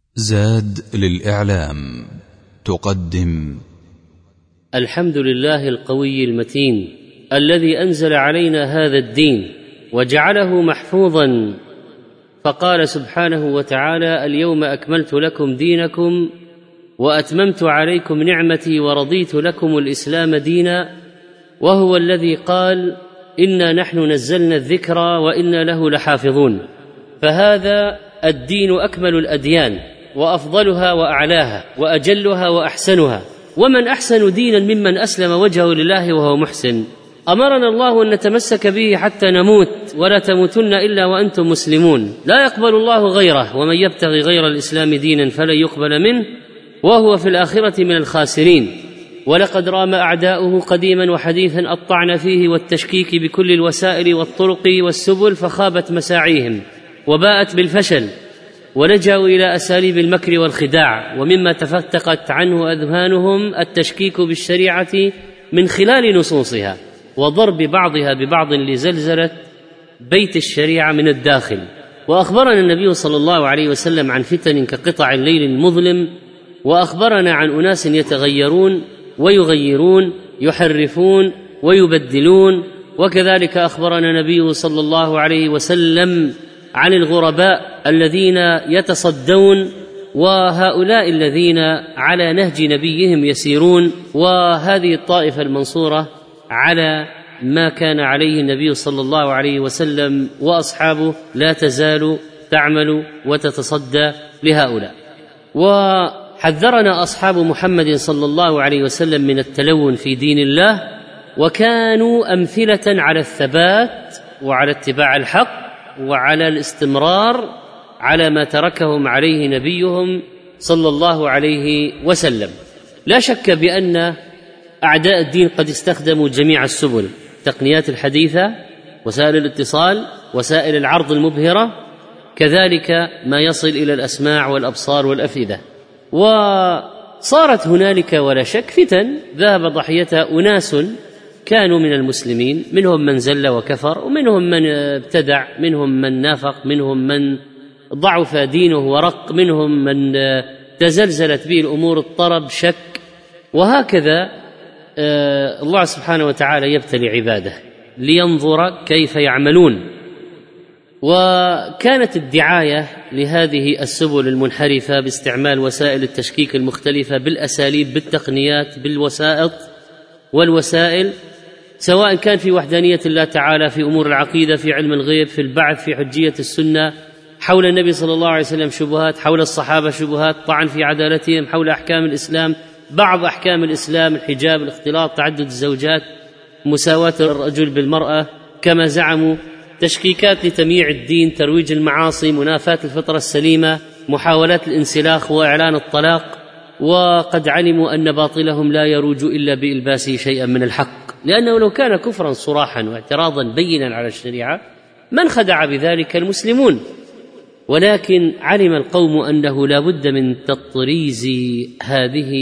زاد للإعلام تقدم الحمد لله القوي المتين الذي أنزل علينا هذا الدين وجعله محفوظا، فقال سبحانه وتعالى: اليوم أكملت لكم دينكم وأتممت عليكم نعمتي ورضيت لكم الإسلام دينا. وهو الذي قال: إنا نحن نزلنا الذكر وإنا له لحافظون. فهذا الدين أكمل الأديان وأفضلها وأعلاها وأجلها وأحسنها، ومن أحسن دينا ممن أسلم وجهه لله وهو محسن. أمرنا الله أن نتمسك به حتى نموت، ولا تموتن إلا وأنتم مسلمون، لا يقبل الله غيره، ومن يبتغي غير الإسلام دينا فلن يقبل منه وهو في الآخرة من الخاسرين. ولقد رام أعداؤه قديما وحديثا الطعن فيه والتشكيك بكل الوسائل والطرق والسبل، فخابت مساعيهم وباءت بالفشل، ولجأوا إلى أساليب المكر والخداع. ومما تفتقت عنه أذهانهم التشكيك بالشريعة من خلال نصوصها وضرب بعضها ببعض لزلزلة بيت الشريعة من الداخل. وأخبرنا النبي صلى الله عليه وسلم عن فتن كقطع الليل المظلم، وأخبرنا عن أناس يتغيرون ويغيرون، يحرفون ويبدلون. وكذلك أخبرنا النبي صلى الله عليه وسلم عن الغرباء الذين يتصدون، وهؤلاء الذين على نهج نبيهم يسيرون، وهذه الطائفة المنصورة على ما كان عليه النبي صلى الله عليه وسلم وأصحابه لا تزال تعمل وتتصدى لهؤلاء. وحذرنا أصحاب محمد صلى الله عليه وسلم من التلون في دين الله، وكانوا أمثلة على الثبات وعلى اتباع الحق وعلى الاستمرار على ما تركهم عليه نبيهم صلى الله عليه وسلم. لا شك بأن أعداء الدين قد استخدموا جميع السبل، التقنيات الحديثة، وسائل الاتصال، وسائل العرض المبهرة، كذلك ما يصل إلى الأسماع والأبصار والأفئدة. وصارت هنالك ولا شك فتن ذهب ضحيتها أناس كانوا من المسلمين، منهم من زل وكفر، ومنهم من ابتدع، منهم من نافق، منهم من ضعف دينه ورق، منهم من تزلزلت به الأمور، اضطرب، شك. وهكذا الله سبحانه وتعالى يبتلي عباده لينظر كيف يعملون. وكانت الدعاية لهذه السبل المنحرفة باستعمال وسائل التشكيك المختلفة بالأساليب، بالتقنيات، بالوسائط والوسائل، سواء كان في وحدانية الله تعالى، في أمور العقيدة، في علم الغيب، في البعث، في حجية السنة، حول النبي صلى الله عليه وسلم شبهات، حول الصحابة شبهات، طعن في عدالتهم، حول أحكام الإسلام، بعض أحكام الإسلام، الحجاب، الاختلاط، تعدد الزوجات، مساواة الرجل بالمرأة كما زعموا، تشكيكات لتمييع الدين، ترويج المعاصي، منافاة الفطرة السليمة، محاولات الانسلاخ وإعلان الطلاق. وقد علموا أن باطلهم لا يروج إلا بإلباسه شيئا من الحق، لأنه لو كان كفرا صراحا واعتراضا بينا على الشريعة من خدع بذلك المسلمون. ولكن علم القوم أنه لا بد من تطريز هذه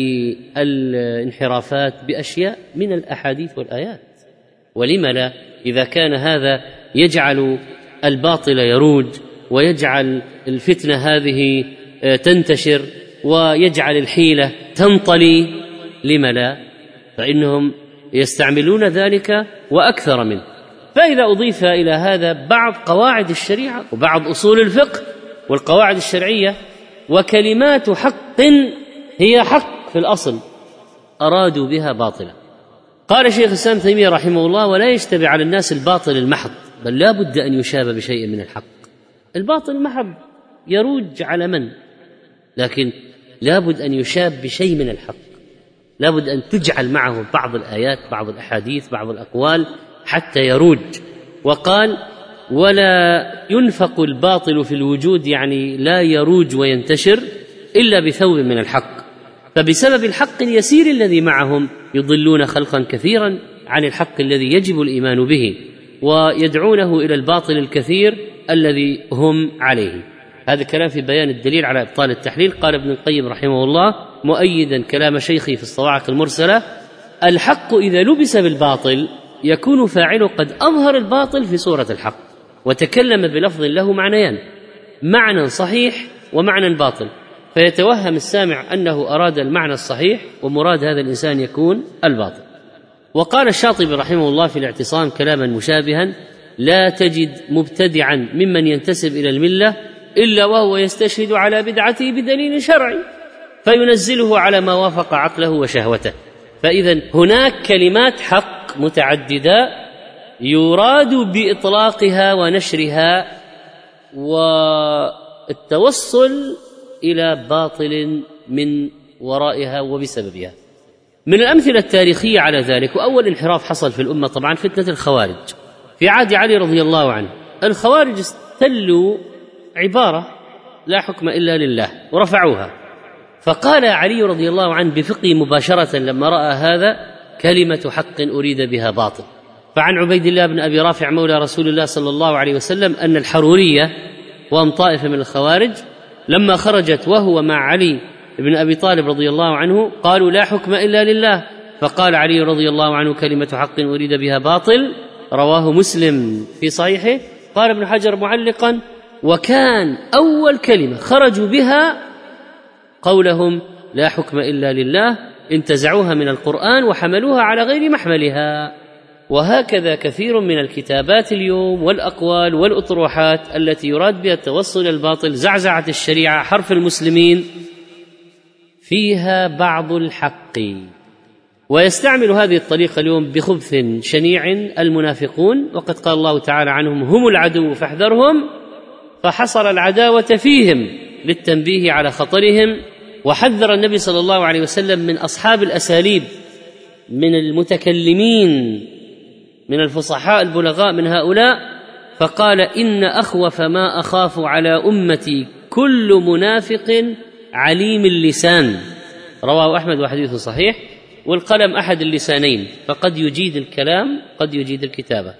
الانحرافات بأشياء من الأحاديث والآيات. ولم لا؟ إذا كان هذا يجعل الباطل يروج ويجعل الفتنة هذه تنتشر ويجعل الحيلة تنطلي، لم لا؟ فإنهم يستعملون ذلك وأكثر منه. فإذا أضيف إلى هذا بعض قواعد الشريعة وبعض أصول الفقه والقواعد الشرعية وكلمات حق هي حق في الأصل أرادوا بها باطلا. قال شيخ الإسلام تيمية رحمه الله: ولا يشتبه على الناس الباطل المحض، بل لا بد أن يشاب بشيء من الحق. الباطل المحض يروج على من؟ لكن لا بد أن يشاب بشيء من الحق، لا بد أن تجعل معه بعض الآيات، بعض الأحاديث، بعض الأقوال حتى يروج. وقال: ولا ينفق الباطل في الوجود، يعني لا يروج وينتشر إلا بثوب من الحق. فبسبب الحق اليسير الذي معهم يضلون خلقا كثيرا عن الحق الذي يجب الإيمان به، ويدعونه إلى الباطل الكثير الذي هم عليه. هذا كلام في بيان الدليل على إبطال التحليل. قال ابن القيم رحمه الله مؤيدا كلام شيخي في الصواعق المرسلة: الحق إذا لبس بالباطل يكون فاعله قد أظهر الباطل في صورة الحق وتكلم بلفظ له معنيان، معنى صحيح ومعنى باطل، فيتوهم السامع أنه أراد المعنى الصحيح ومراد هذا الإنسان يكون الباطل. وقال الشاطبي رحمه الله في الاعتصام كلاما مشابها: لا تجد مبتدعا ممن ينتسب إلى الملة إلا وهو يستشهد على بدعته بدليل شرعي فينزله على ما وافق عقله وشهوته. فإذا هناك كلمات حق متعددة يراد بإطلاقها ونشرها والتوصل إلى باطل من ورائها وبسببها. من الأمثلة التاريخية على ذلك، وأول انحراف حصل في الأمة طبعا فتنة الخوارج في عهد علي رضي الله عنه. الخوارج استلوا عبارة لا حكم إلا لله ورفعوها، فقال علي رضي الله عنه بفقه مباشرة لما رأى هذا: كلمة حق أريد بها باطل. فعن عبيد الله بن أبي رافع مولى رسول الله صلى الله عليه وسلم أن الحرورية وهم طائفة من الخوارج لما خرجت وهو مع علي بن أبي طالب رضي الله عنه قالوا: لا حكم إلا لله. فقال علي رضي الله عنه: كلمة حق أريد بها باطل. رواه مسلم في صحيحه. قال ابن حجر معلقا: وكان أول كلمة خرجوا بها قولهم: لا حكم إلا لله، انتزعوها من القرآن وحملوها على غير محملها. وهكذا كثير من الكتابات اليوم والأقوال والأطروحات التي يراد بها التوصل الباطل، زعزعة الشريعة، حرف المسلمين، فيها بعض الحق. ويستعمل هذه الطريقة اليوم بخبث شنيع المنافقون، وقد قال الله تعالى عنهم: هم العدو فاحذرهم، فحصر العداوة فيهم للتنبيه على خطرهم. وحذر النبي صلى الله عليه وسلم من أصحاب الأساليب، من المتكلمين، من الفصحاء البلغاء من هؤلاء، فقال: إن أخوف ما أخاف على أمتي كل منافق عليم اللسان. رواه أحمد وحديث صحيح. والقلم أحد اللسانين، فقد يجيد الكلام قد يجيد الكتابة.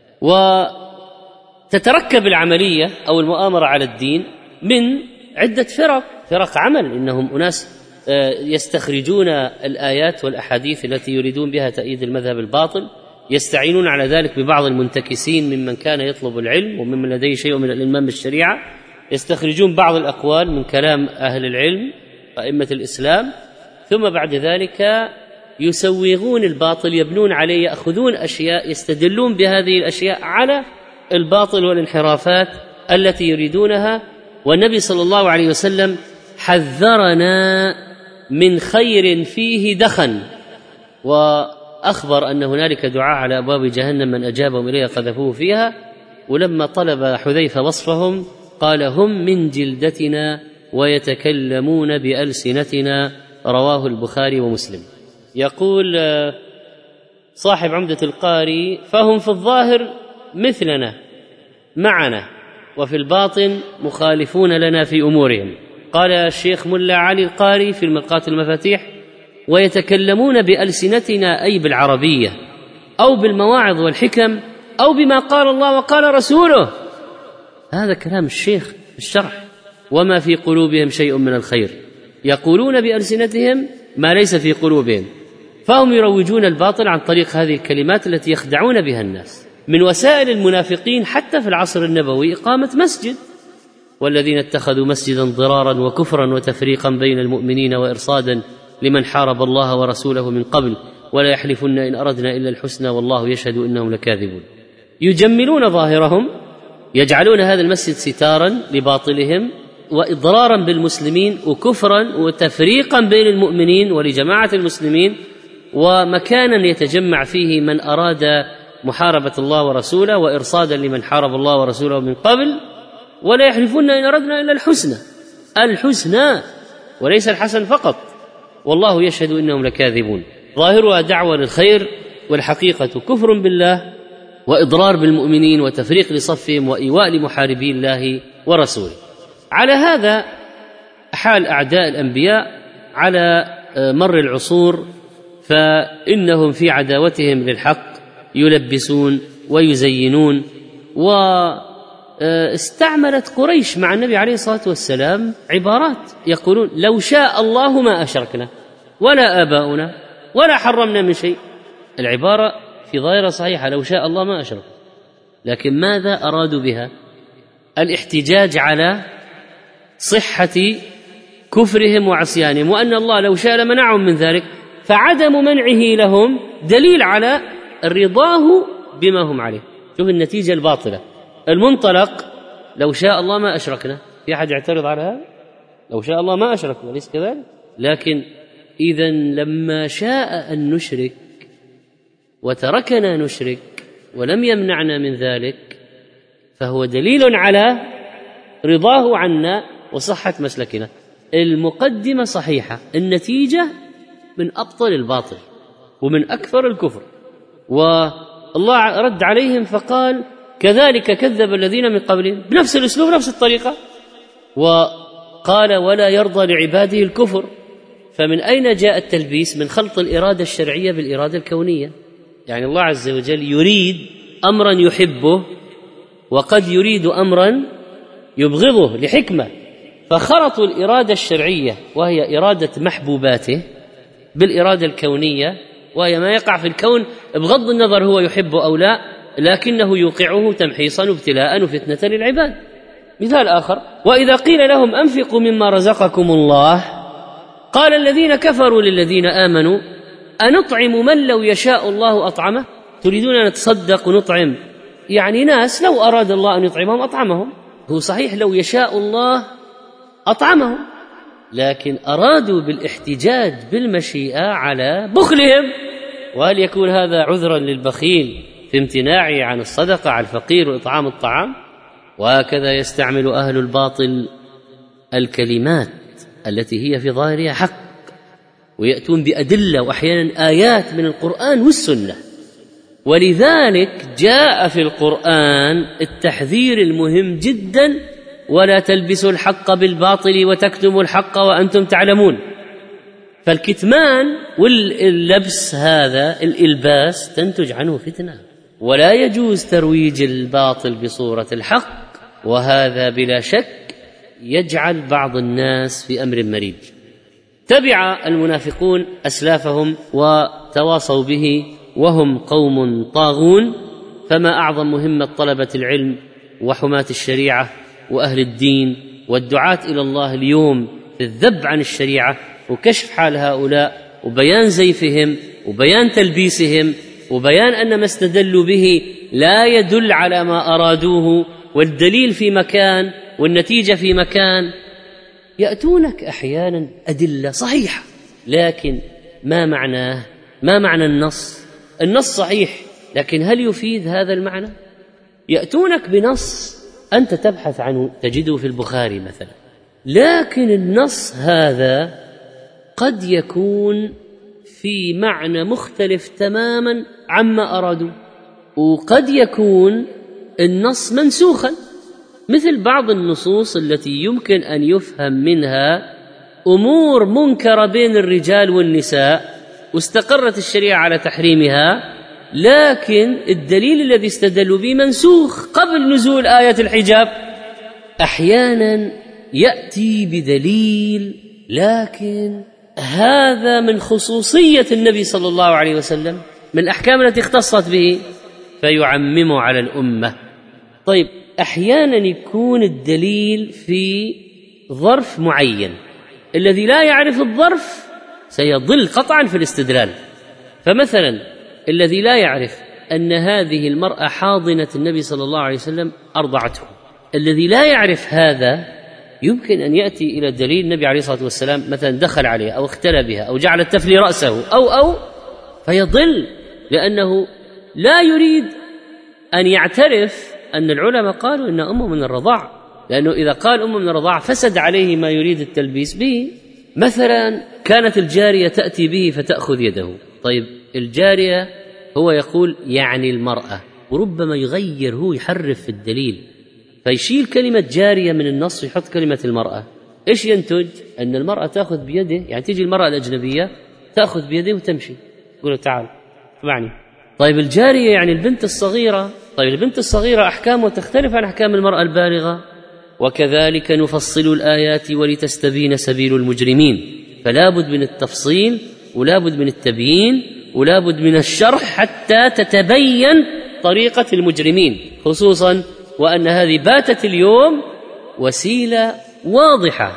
وتتركب العملية أو المؤامرة على الدين من عدة فرق عمل. إنهم أناس يستخرجون الآيات والأحاديث التي يريدون بها تأييد المذهب الباطل، يستعينون على ذلك ببعض المنتكسين ممن كان يطلب العلم وممن لديه شيء من الإلمام بالشريعة، يستخرجون بعض الأقوال من كلام أهل العلم أئمة الإسلام، ثم بعد ذلك يسوغون الباطل، يبنون عليه، يأخذون أشياء يستدلون بهذه الأشياء على الباطل والانحرافات التي يريدونها. والنبي صلى الله عليه وسلم حذرنا من خير فيه دخن، وأخبر أن هنالك دعاء على أبواب جهنم من أجابهم إليها قذفوه فيها. ولما طلب حذيفة وصفهم قال: هم من جلدتنا ويتكلمون بألسنتنا. رواه البخاري ومسلم. يقول صاحب عمدة القاري: فهم في الظاهر مثلنا معنا، وفي الباطن مخالفون لنا في أمورهم. قال الشيخ ملا علي القاري في المرقاة المفاتيح: ويتكلمون بألسنتنا أي بالعربية أو بالمواعظ والحكم أو بما قال الله وقال رسوله. هذا كلام الشيخ في الشرح. وما في قلوبهم شيء من الخير، يقولون بألسنتهم ما ليس في قلوبهم. فهم يروجون الباطل عن طريق هذه الكلمات التي يخدعون بها الناس. من وسائل المنافقين حتى في العصر النبوي إقامة مسجد: والذين اتخذوا مسجدا ضرارا وكفرا وتفريقا بين المؤمنين وإرصادا لمن حارب الله ورسوله من قبل ولا يحلفن إن أردنا إلا الحسنى والله يشهد إنهم لكاذبون. يجملون ظاهرهم، يجعلون هذا المسجد ستارا لباطلهم وإضرارا بالمسلمين وكفرا وتفريقا بين المؤمنين ولجماعة المسلمين، ومكانا يتجمع فيه من أراد محاربة الله ورسوله وإرصادا لمن حارب الله ورسوله من قبل. ولا يحلفون إن أردنا إلا الحسنى وليس الحسن فقط، والله يشهد إنهم لكاذبون. ظاهرها دعوة للخير والحقيقة كفر بالله وإضرار بالمؤمنين وتفريق لصفهم وإيواء لمحاربي الله ورسوله. على هذا حال أعداء الأنبياء على مر العصور، فإنهم في عداوتهم للحق يلبسون ويزينون. واستعملت قريش مع النبي عليه الصلاة والسلام عبارات يقولون: لو شاء الله ما أشركنا ولا آباؤنا ولا حرمنا من شيء. العبارة في ظاهرة صحيحة: لو شاء الله ما أشرك. لكن ماذا أرادوا بها؟ الاحتجاج على صحة كفرهم وعصيانهم، وأن الله لو شاء لمنعهم من ذلك، فعدم منعه لهم دليل على رضاه بما هم عليه. شوف النتيجة الباطلة. المنطلق لو شاء الله ما أشركنا، في أحد يعترض على هذا؟ لو شاء الله ما أشركوا، أليس كذلك؟ لكن إذن لما شاء أن نشرك وتركنا نشرك ولم يمنعنا من ذلك، فهو دليل على رضاه عنا وصحة مسلكنا. المقدمة صحيحة، النتيجة من أبطل الباطل ومن أكثر الكفر. والله رد عليهم فقال كذلك كذب الذين من قبلهم، بنفس الأسلوب نفس الطريقة، وقال ولا يرضى لعباده الكفر. فمن أين جاء التلبيس؟ من خلط الإرادة الشرعية بالإرادة الكونية. يعني الله عز وجل يريد أمرا يحبه وقد يريد أمرا يبغضه لحكمة، فخلطوا الإرادة الشرعية وهي إرادة محبوباته بالإرادة الكونية، وهي ما يقع في الكون بغض النظر هو يحبه أو لا، لكنه يوقعه تمحيصا وابتلاء وفتنة للعباد. مثال آخر: وإذا قيل لهم أنفقوا مما رزقكم الله قال الذين كفروا للذين آمنوا أنطعم من لو يشاء الله أطعمه. تريدون أن نتصدق ونطعم يعني ناس لو أراد الله أن يطعمهم أطعمهم. هو صحيح لو يشاء الله أطعمهم، لكن أرادوا بالاحتجاج بالمشيئة على بخلهم. وهل يكون هذا عذرا للبخيل في امتناعه عن الصدقة على الفقير وإطعام الطعام؟ وهكذا يستعمل أهل الباطل الكلمات التي هي في ظاهرها حق، ويأتون بأدلة وأحيانا آيات من القرآن والسنة. ولذلك جاء في القرآن التحذير المهم جدا: ولا تلبسوا الحق بالباطل وتكتموا الحق وأنتم تعلمون. فالكتمان واللبس هذا الإلباس تنتج عنه فتنة، ولا يجوز ترويج الباطل بصورة الحق، وهذا بلا شك يجعل بعض الناس في أمر مريج. تبع المنافقون أسلافهم وتواصوا به وهم قوم طاغون، فما أعظم مهمة طلبة العلم وحماة الشريعة وأهل الدين والدعاة إلى الله اليوم في الذب عن الشريعة وكشف حال هؤلاء وبيان زيفهم وبيان تلبيسهم وبيان أن ما استدلوا به لا يدل على ما أرادوه، والدليل في مكان والنتيجة في مكان. يأتونك أحيانا أدلة صحيحة، لكن ما معناه؟ ما معنى النص؟ النص صحيح، لكن هل يفيد هذا المعنى؟ يأتونك بنص أنت تبحث عنه تجده في البخاري مثلا، لكن النص هذا قد يكون في معنى مختلف تماما عما أرادوا، وقد يكون النص منسوخا، مثل بعض النصوص التي يمكن أن يفهم منها أمور منكرة بين الرجال والنساء واستقرت الشريعة على تحريمها، لكن الدليل الذي استدلوا به منسوخ قبل نزول آية الحجاب. أحيانا يأتي بدليل لكن هذا من خصوصية النبي صلى الله عليه وسلم، من الأحكام التي اختصت به، فيعممه على الأمة. طيب، أحيانا يكون الدليل في ظرف معين، الذي لا يعرف الظرف سيضل قطعا في الاستدلال. فمثلا الذي لا يعرف أن هذه المرأة حاضنة النبي صلى الله عليه وسلم أرضعته، الذي لا يعرف هذا يمكن أن يأتي إلى دليل النبي عليه الصلاة والسلام مثلا دخل عليها أو اختلى بها أو جعل تفلي رأسه أو فيضل، لأنه لا يريد أن يعترف أن العلماء قالوا إن أمه من الرضاع، لأنه إذا قال أمه من الرضاع فسد عليه ما يريد التلبيس به. مثلا كانت الجارية تأتي به فتأخذ يده، طيب الجارية هو يقول يعني المرأة، وربما يغير هو يحرف في الدليل فيشيل كلمة جارية من النص ويحط كلمة المرأة. إيش ينتج؟ أن المرأة تأخذ بيده، يعني تيجي المرأة الأجنبية تأخذ بيده وتمشي، تقول تعال اسمعني. طيب الجارية يعني البنت الصغيرة، طيب البنت الصغيرة أحكامها تختلف عن أحكام المرأة البالغة. وكذلك نفصل الآيات ولتستبين سبيل المجرمين، فلا بد من التفصيل ولا بد من التبيين ولا بد من الشرح حتى تتبين طريقة المجرمين، خصوصا وأن هذه باتت اليوم وسيلة واضحة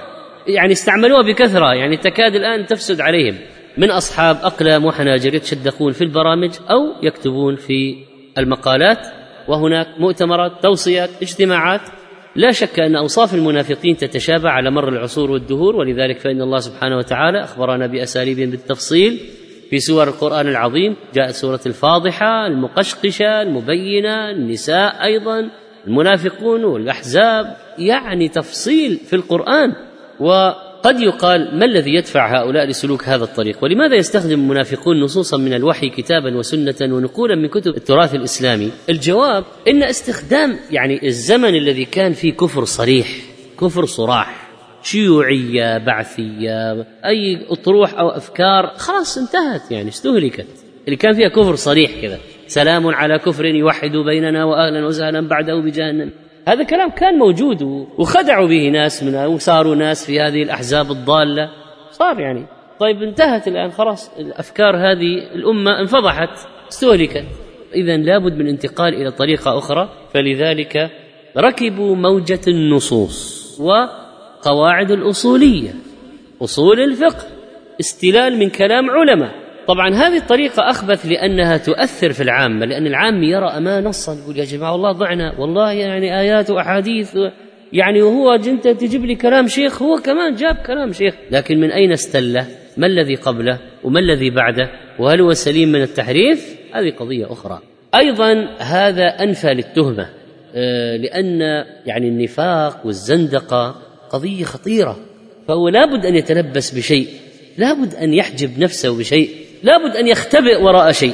يعني استعملوها بكثرة، يعني تكاد الآن تفسد عليهم، من أصحاب أقلام وحناجر يتشدقون في البرامج أو يكتبون في المقالات، وهناك مؤتمرات، توصيات، اجتماعات. لا شك أن أوصاف المنافقين تتشابه على مر العصور والدهور، ولذلك فإن الله سبحانه وتعالى أخبرنا بأساليب بالتفصيل في سور القرآن العظيم. جاءت سورة الفاضحة، المقشقشة، المبينة، النساء، أيضا المنافقون والأحزاب، يعني تفصيل في القرآن. وقد يقال ما الذي يدفع هؤلاء لسلوك هذا الطريق؟ ولماذا يستخدم المنافقون نصوصا من الوحي كتابا وسنة ونقولا من كتب التراث الإسلامي؟ الجواب إن استخدام يعني الزمن الذي كان فيه كفر صريح، كفر صراح، شيوعية، بعثية، أي أطروح أو أفكار خلاص انتهت، يعني استهلكت. اللي كان فيها كفر صريح كذا، سلام على كفر يوحد بيننا وأهلا وسهلا بعده بجهنم، هذا كلام كان موجود وخدعوا به ناس منها، وصاروا ناس في هذه الأحزاب الضالة، صار يعني طيب انتهت الآن خلاص، الأفكار هذه الأمة انفضحت، استهلكت. إذن لابد من انتقال إلى طريقة أخرى. فلذلك ركبوا موجة النصوص وقواعد الأصولية، أصول الفقه، استلال من كلام علماء. طبعا هذه الطريقة أخبث لأنها تؤثر في العامة، لأن العام يرى أمام نصا يقول يا جماعة والله ضعنا، والله يعني آيات وأحاديث، يعني وهو جنت تجيب لي كلام شيخ، هو كمان جاب كلام شيخ، لكن من أين استله؟ ما الذي قبله وما الذي بعده؟ وهل هو سليم من التحريف؟ هذه قضية أخرى. أيضا هذا أنفى للتهمة، لأن يعني النفاق والزندقة قضية خطيرة، فهو لابد أن يتلبس بشيء، لابد أن يحجب نفسه بشيء، لابد أن يختبئ وراء شيء.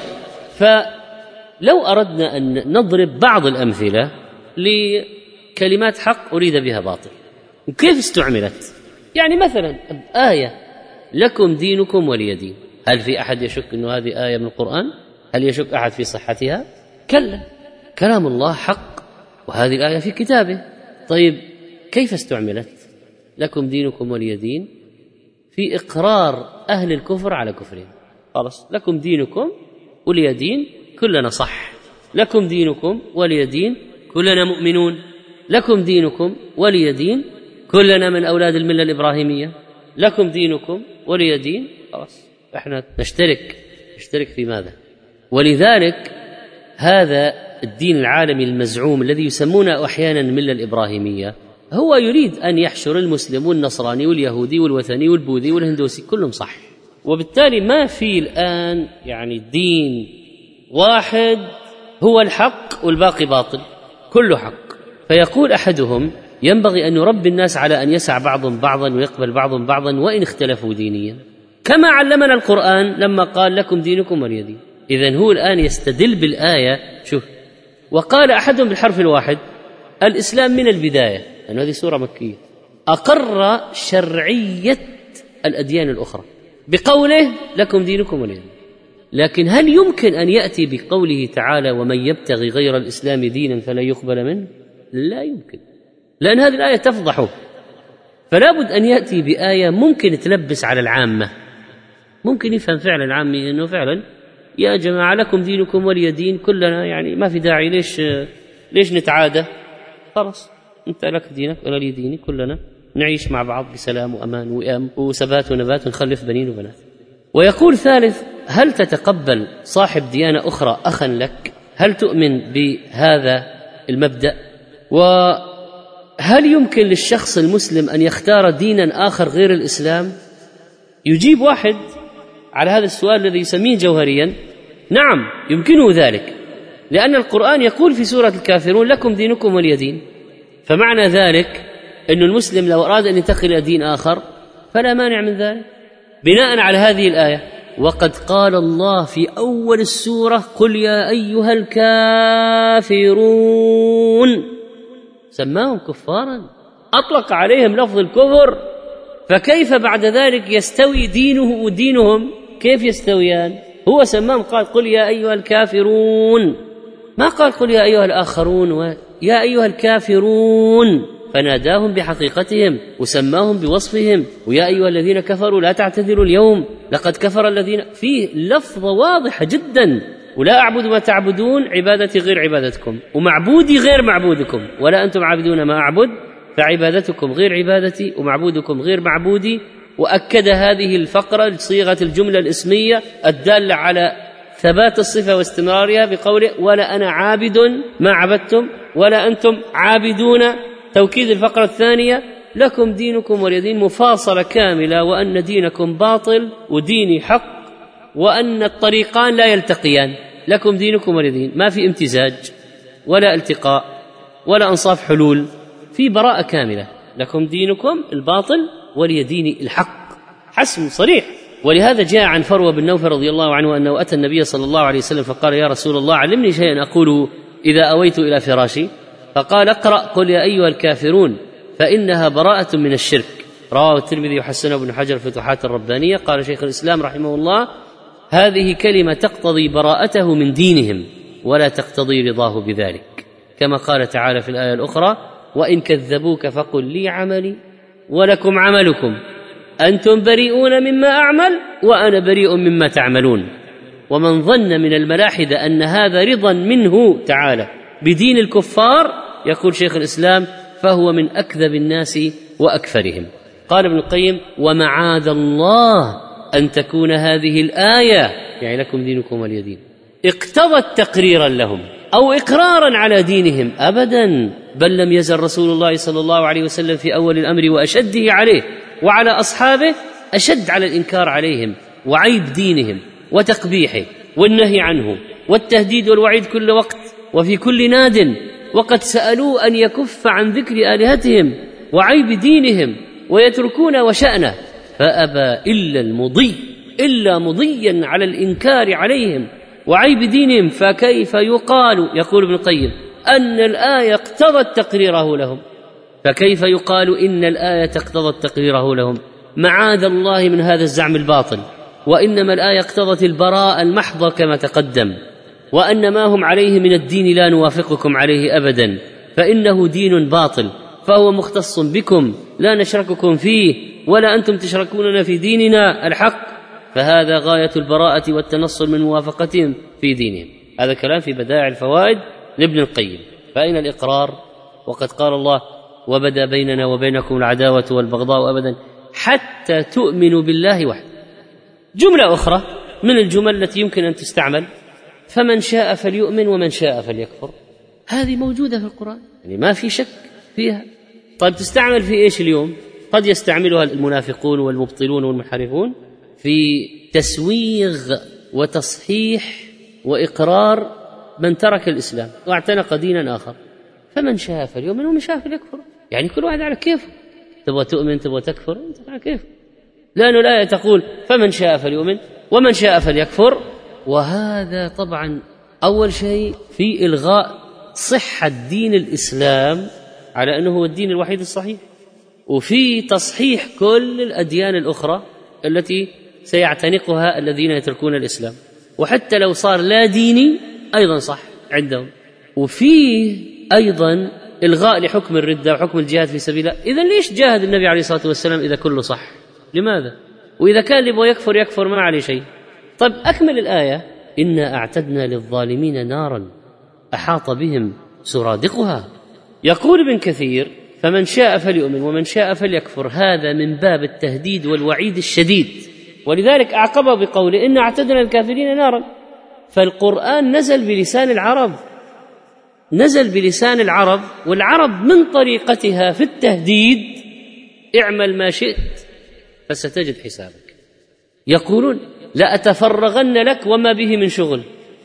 فلو أردنا أن نضرب بعض الأمثلة لكلمات حق أريد بها باطل وكيف استعملت، يعني مثلا آية لكم دينكم ولي دين، هل في أحد يشك أن هذه آية من القرآن؟ هل يشك أحد في صحتها؟ كلا، كلام الله حق، وهذه الآية في كتابه. طيب كيف استعملت؟ لكم دينكم ولي دين في إقرار أهل الكفر على كفرهم، خلاص لكم دينكم ولي دين، كلنا صح، لكم دينكم ولي دين، كلنا مؤمنون، لكم دينكم ولي دين، كلنا من أولاد الملة الإبراهيمية، لكم دينكم ولي دين، خلاص احنا نشترك في ماذا؟ ولذلك هذا الدين العالمي المزعوم الذي يسمونه أحيانا الملة الإبراهيمية هو يريد أن يحشر المسلم والنصراني واليهودي والوثني والبوذي والهندوسي كلهم صح، وبالتالي ما في الآن يعني دين واحد هو الحق والباقي باطل، كله حق. فيقول أحدهم ينبغي أن يربي الناس على أن يسع بعضهم بعضا ويقبل بعضهم بعضا وإن اختلفوا دينيا، كما علمنا القرآن لما قال لكم دينكم ولي دين. إذن هو الآن يستدل بالآية، شوف، وقال أحدهم بالحرف الواحد الإسلام من البداية، لأن هذه سورة مكية، أقر شرعية الأديان الأخرى بقوله لكم دينكم ولي دين. لكن هل يمكن أن يأتي بقوله تعالى ومن يبتغي غير الإسلام دينا فلا يقبل منه؟ لا يمكن، لأن هذه الآية تفضحه. فلا بد أن يأتي بآية ممكن تلبس على العامة، ممكن يفهم فعلا العامي أنه فعلا يا جماعة لكم دينكم ولي دين، كلنا يعني ما في داعي ليش نتعادى، خلاص أنت لك دينك ولا لي ديني، كلنا نعيش مع بعض بسلام وأمان وإيام وثبات ونبات ونخلف بنين وبنات. ويقول ثالث هل تتقبل صاحب ديانة أخرى أخا لك؟ هل تؤمن بهذا المبدأ؟ وهل يمكن للشخص المسلم أن يختار دينا آخر غير الإسلام؟ يجيب واحد على هذا السؤال الذي يسميه جوهريا نعم يمكنه ذلك، لأن القرآن يقول في سورة الكافرون لكم دينكم ولي دين. فمعنى ذلك أن المسلم لو أراد أن ينتقل إلى دين آخر فلا مانع من ذلك بناء على هذه الآية. وقد قال الله في أول السورة قل يا أيها الكافرون، سماهم كفارا، أطلق عليهم لفظ الكفر، فكيف بعد ذلك يستوي دينه ودينهم؟ كيف يستويان؟ هو سماهم قال قل يا أيها الكافرون، ما قال قل يا أيها الآخرون يا أيها الكافرون، فناداهم بحقيقتهم وسماهم بوصفهم، ويا أيها الذين كفروا لا تعتذروا اليوم لقد كفر الذين، فيه لفظة واضحة جدا، ولا أعبد ما تعبدون عبادتي غير عبادتكم ومعبودي غير معبودكم ولا أنتم عابدون ما أعبد فعبادتكم غير عبادتي ومعبودكم غير معبودي. وأكد هذه الفقرة صيغة الجملة الاسمية الدالة على ثبات الصفة واستمرارها بقوله ولا أنا عابد ما عبدتم ولا أنتم عابدون. توكيد الفقرة الثانية لكم دينكم ولي دين، مفاصلة كاملة، وأن دينكم باطل وديني حق، وأن الطريقان لا يلتقيان، لكم دينكم ولي دين، ما في امتزاج ولا التقاء ولا أنصاف حلول، في براءة كاملة، لكم دينكم الباطل ولي ديني الحق، حسم صريح. ولهذا جاء عن فروة بن نوفل رضي الله عنه أنه أتى النبي صلى الله عليه وسلم فقال يا رسول الله علمني شيئا أقوله إذا أويت إلى فراشي، فقال اقرأ قل يا أيها الكافرون فإنها براءة من الشرك. رواه الترمذي وحسنه ابن حجر في الفتوحات الربانية. قال شيخ الإسلام رحمه الله هذه كلمة تقتضي براءته من دينهم ولا تقتضي رضاه بذلك، كما قال تعالى في الآية الأخرى وإن كذبوك فقل لي عملي ولكم عملكم أنتم بريئون مما أعمل وأنا بريء مما تعملون. ومن ظن من الملاحدة أن هذا رضا منه تعالى بدين الكفار، يقول شيخ الإسلام فهو من أكذب الناس وأكفرهم. قال ابن القيم ومعاذ الله أن تكون هذه الآية يعني لكم دينكم ولي دين اقتضت تقريرا لهم أو إقرارا على دينهم، أبدا، بل لم يزل رسول الله صلى الله عليه وسلم في أول الأمر وأشده عليه وعلى أصحابه أشد على الإنكار عليهم وعيب دينهم وتقبيحه والنهي عنه والتهديد والوعيد كل وقت وفي كل ناد، وقد سألوه أن يكف عن ذكر آلهتهم وعيب دينهم ويتركون وشأنه، فأبى إلا مضيا على الإنكار عليهم وعيب دينهم. فكيف يقال، يقول ابن القيم، أن الآية اقتضت تقريره لهم، فكيف يقال إن الآية اقتضت تقريره لهم؟ معاذ الله من هذا الزعم الباطل، وإنما الآية اقتضت البراءة المحضة كما تقدم، وأن ما هم عليه من الدين لا نوافقكم عليه أبدا، فإنه دين باطل فهو مختص بكم لا نشرككم فيه ولا أنتم تشركوننا في ديننا الحق، فهذا غاية البراءة والتنصل من موافقتهم في دينهم. هذا كلام في بدائع الفوائد لابن القيم. فأين الإقرار وقد قال الله وبدا بيننا وبينكم العداوة والبغضاء أبدا حتى تؤمنوا بالله وحده. جملة أخرى من الجمل التي يمكن أن تستعمل فمن شاء فليؤمن ومن شاء فليكفر، هذه موجودة في القرآن يعني ما في شك فيها. طيب تستعمل في إيش اليوم؟ قد يستعملها المنافقون والمبطلون والمنحرفون في تسويغ وتصحيح وإقرار من ترك الإسلام واعتنق دينا آخر. فمن شاء فليؤمن ومن شاء فليكفر، يعني كل واحد على كيفه، تبغى تؤمن تبغى تكفر انت على كيفه، لأن الآية تقول فمن شاء فليؤمن ومن شاء فليكفر. وهذا طبعا أول شيء في إلغاء صحة دين الإسلام على أنه هو الدين الوحيد الصحيح، وفي تصحيح كل الأديان الأخرى التي سيعتنقها الذين يتركون الإسلام، وحتى لو صار لا ديني أيضا صح عندهم. وفيه أيضا إلغاء لحكم الردة وحكم الجهاد في سبيل الله. إذن ليش جاهد النبي عليه الصلاة والسلام إذا كله صح؟ لماذا؟ وإذا كان اللي يبغى يكفر ما عليه شيء. طيب أكمل الآية إنا أعتدنا للظالمين نارا أحاط بهم سرادقها. يقول ابن كثير فمن شاء فليؤمن ومن شاء فليكفر، هذا من باب التهديد والوعيد الشديد، ولذلك أعقبه بقوله إنا أعتدنا للكافرين نارا. فالقرآن نزل بلسان العرب، والعرب من طريقتها في التهديد اعمل ما شئت فستجد حسابك. يقولون لأتفرغن لك وما به من شغل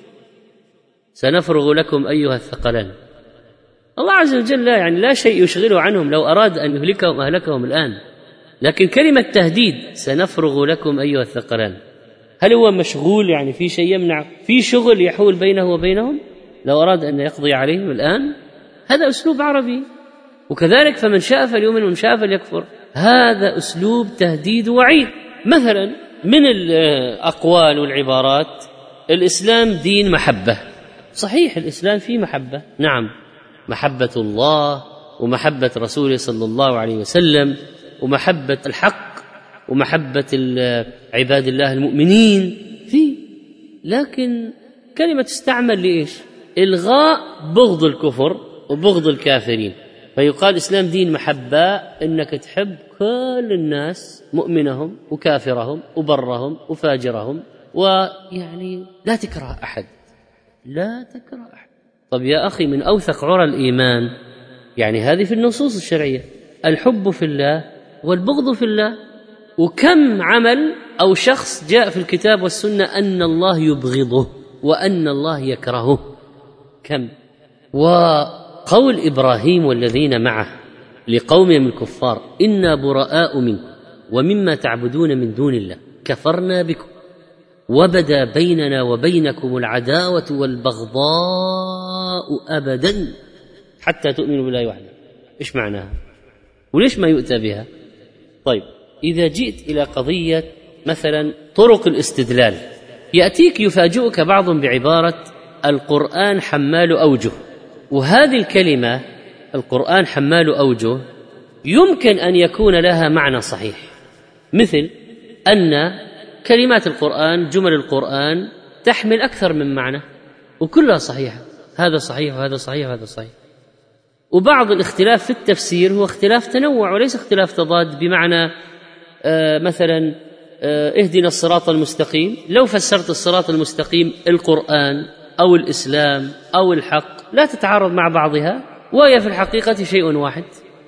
سنفرغ لكم أيها الثقلان. الله عز وجل يعني لا شيء يشغله عنهم، لو أراد أن يهلكهم أهلكهم الآن، لكن كلمة تهديد سنفرغ لكم أيها الثقلان، هل هو مشغول يعني في شيء يمنع، في شغل يحول بينه وبينهم لو أراد أن يقضي عليهم الآن؟ هذا أسلوب عربي. وكذلك فمن شاء فليؤمن ومن شاء فليكفر، هذا أسلوب تهديد ووعيد. مثلا من الأقوال والعبارات الإسلام دين محبة، صحيح الإسلام فيه محبة، نعم، محبة الله ومحبة رسوله صلى الله عليه وسلم ومحبة الحق ومحبة عباد الله المؤمنين فيه، لكن كلمة تستعمل لإيش؟ إلغاء بغض الكفر وبغض الكافرين. فيقال الإسلام دين محبة، إنك تحب كل الناس، مؤمنهم وكافرهم وبرهم وفاجرهم، ويعني لا تكره أحد، لا تكره أحد. طب يا أخي، من أوثق عرى الإيمان يعني هذه في النصوص الشرعية، الحب في الله والبغض في الله. وكم عمل أو شخص جاء في الكتاب والسنة أن الله يبغضه وأن الله يكرهه، كم. وقول إبراهيم والذين معه لقومهم الكفار إنا براء منكم ومما تعبدون من دون الله كفرنا بكم وبدا بيننا وبينكم العداوة والبغضاء أبدا حتى تؤمنوا بالله وحده. إيش معناها؟ وليش ما يؤتى بها؟ طيب، إذا جئت إلى قضية مثلا طرق الاستدلال، يأتيك يفاجئك بعضهم بعبارة القرآن حمال أوجه، وهذه الكلمة القرآن حمال أوجه يمكن أن يكون لها معنى صحيح، مثل أن كلمات القرآن جمل القرآن تحمل أكثر من معنى وكلها صحيحة، هذا صحيح وهذا صحيح وهذا صحيح. وبعض الاختلاف في التفسير هو اختلاف تنوع وليس اختلاف تضاد، بمعنى مثلا اهدنا الصراط المستقيم، لو فسرت الصراط المستقيم القرآن أو الإسلام أو الحق لا تتعارض مع بعضها، وهي في الحقيقة شيء واحد.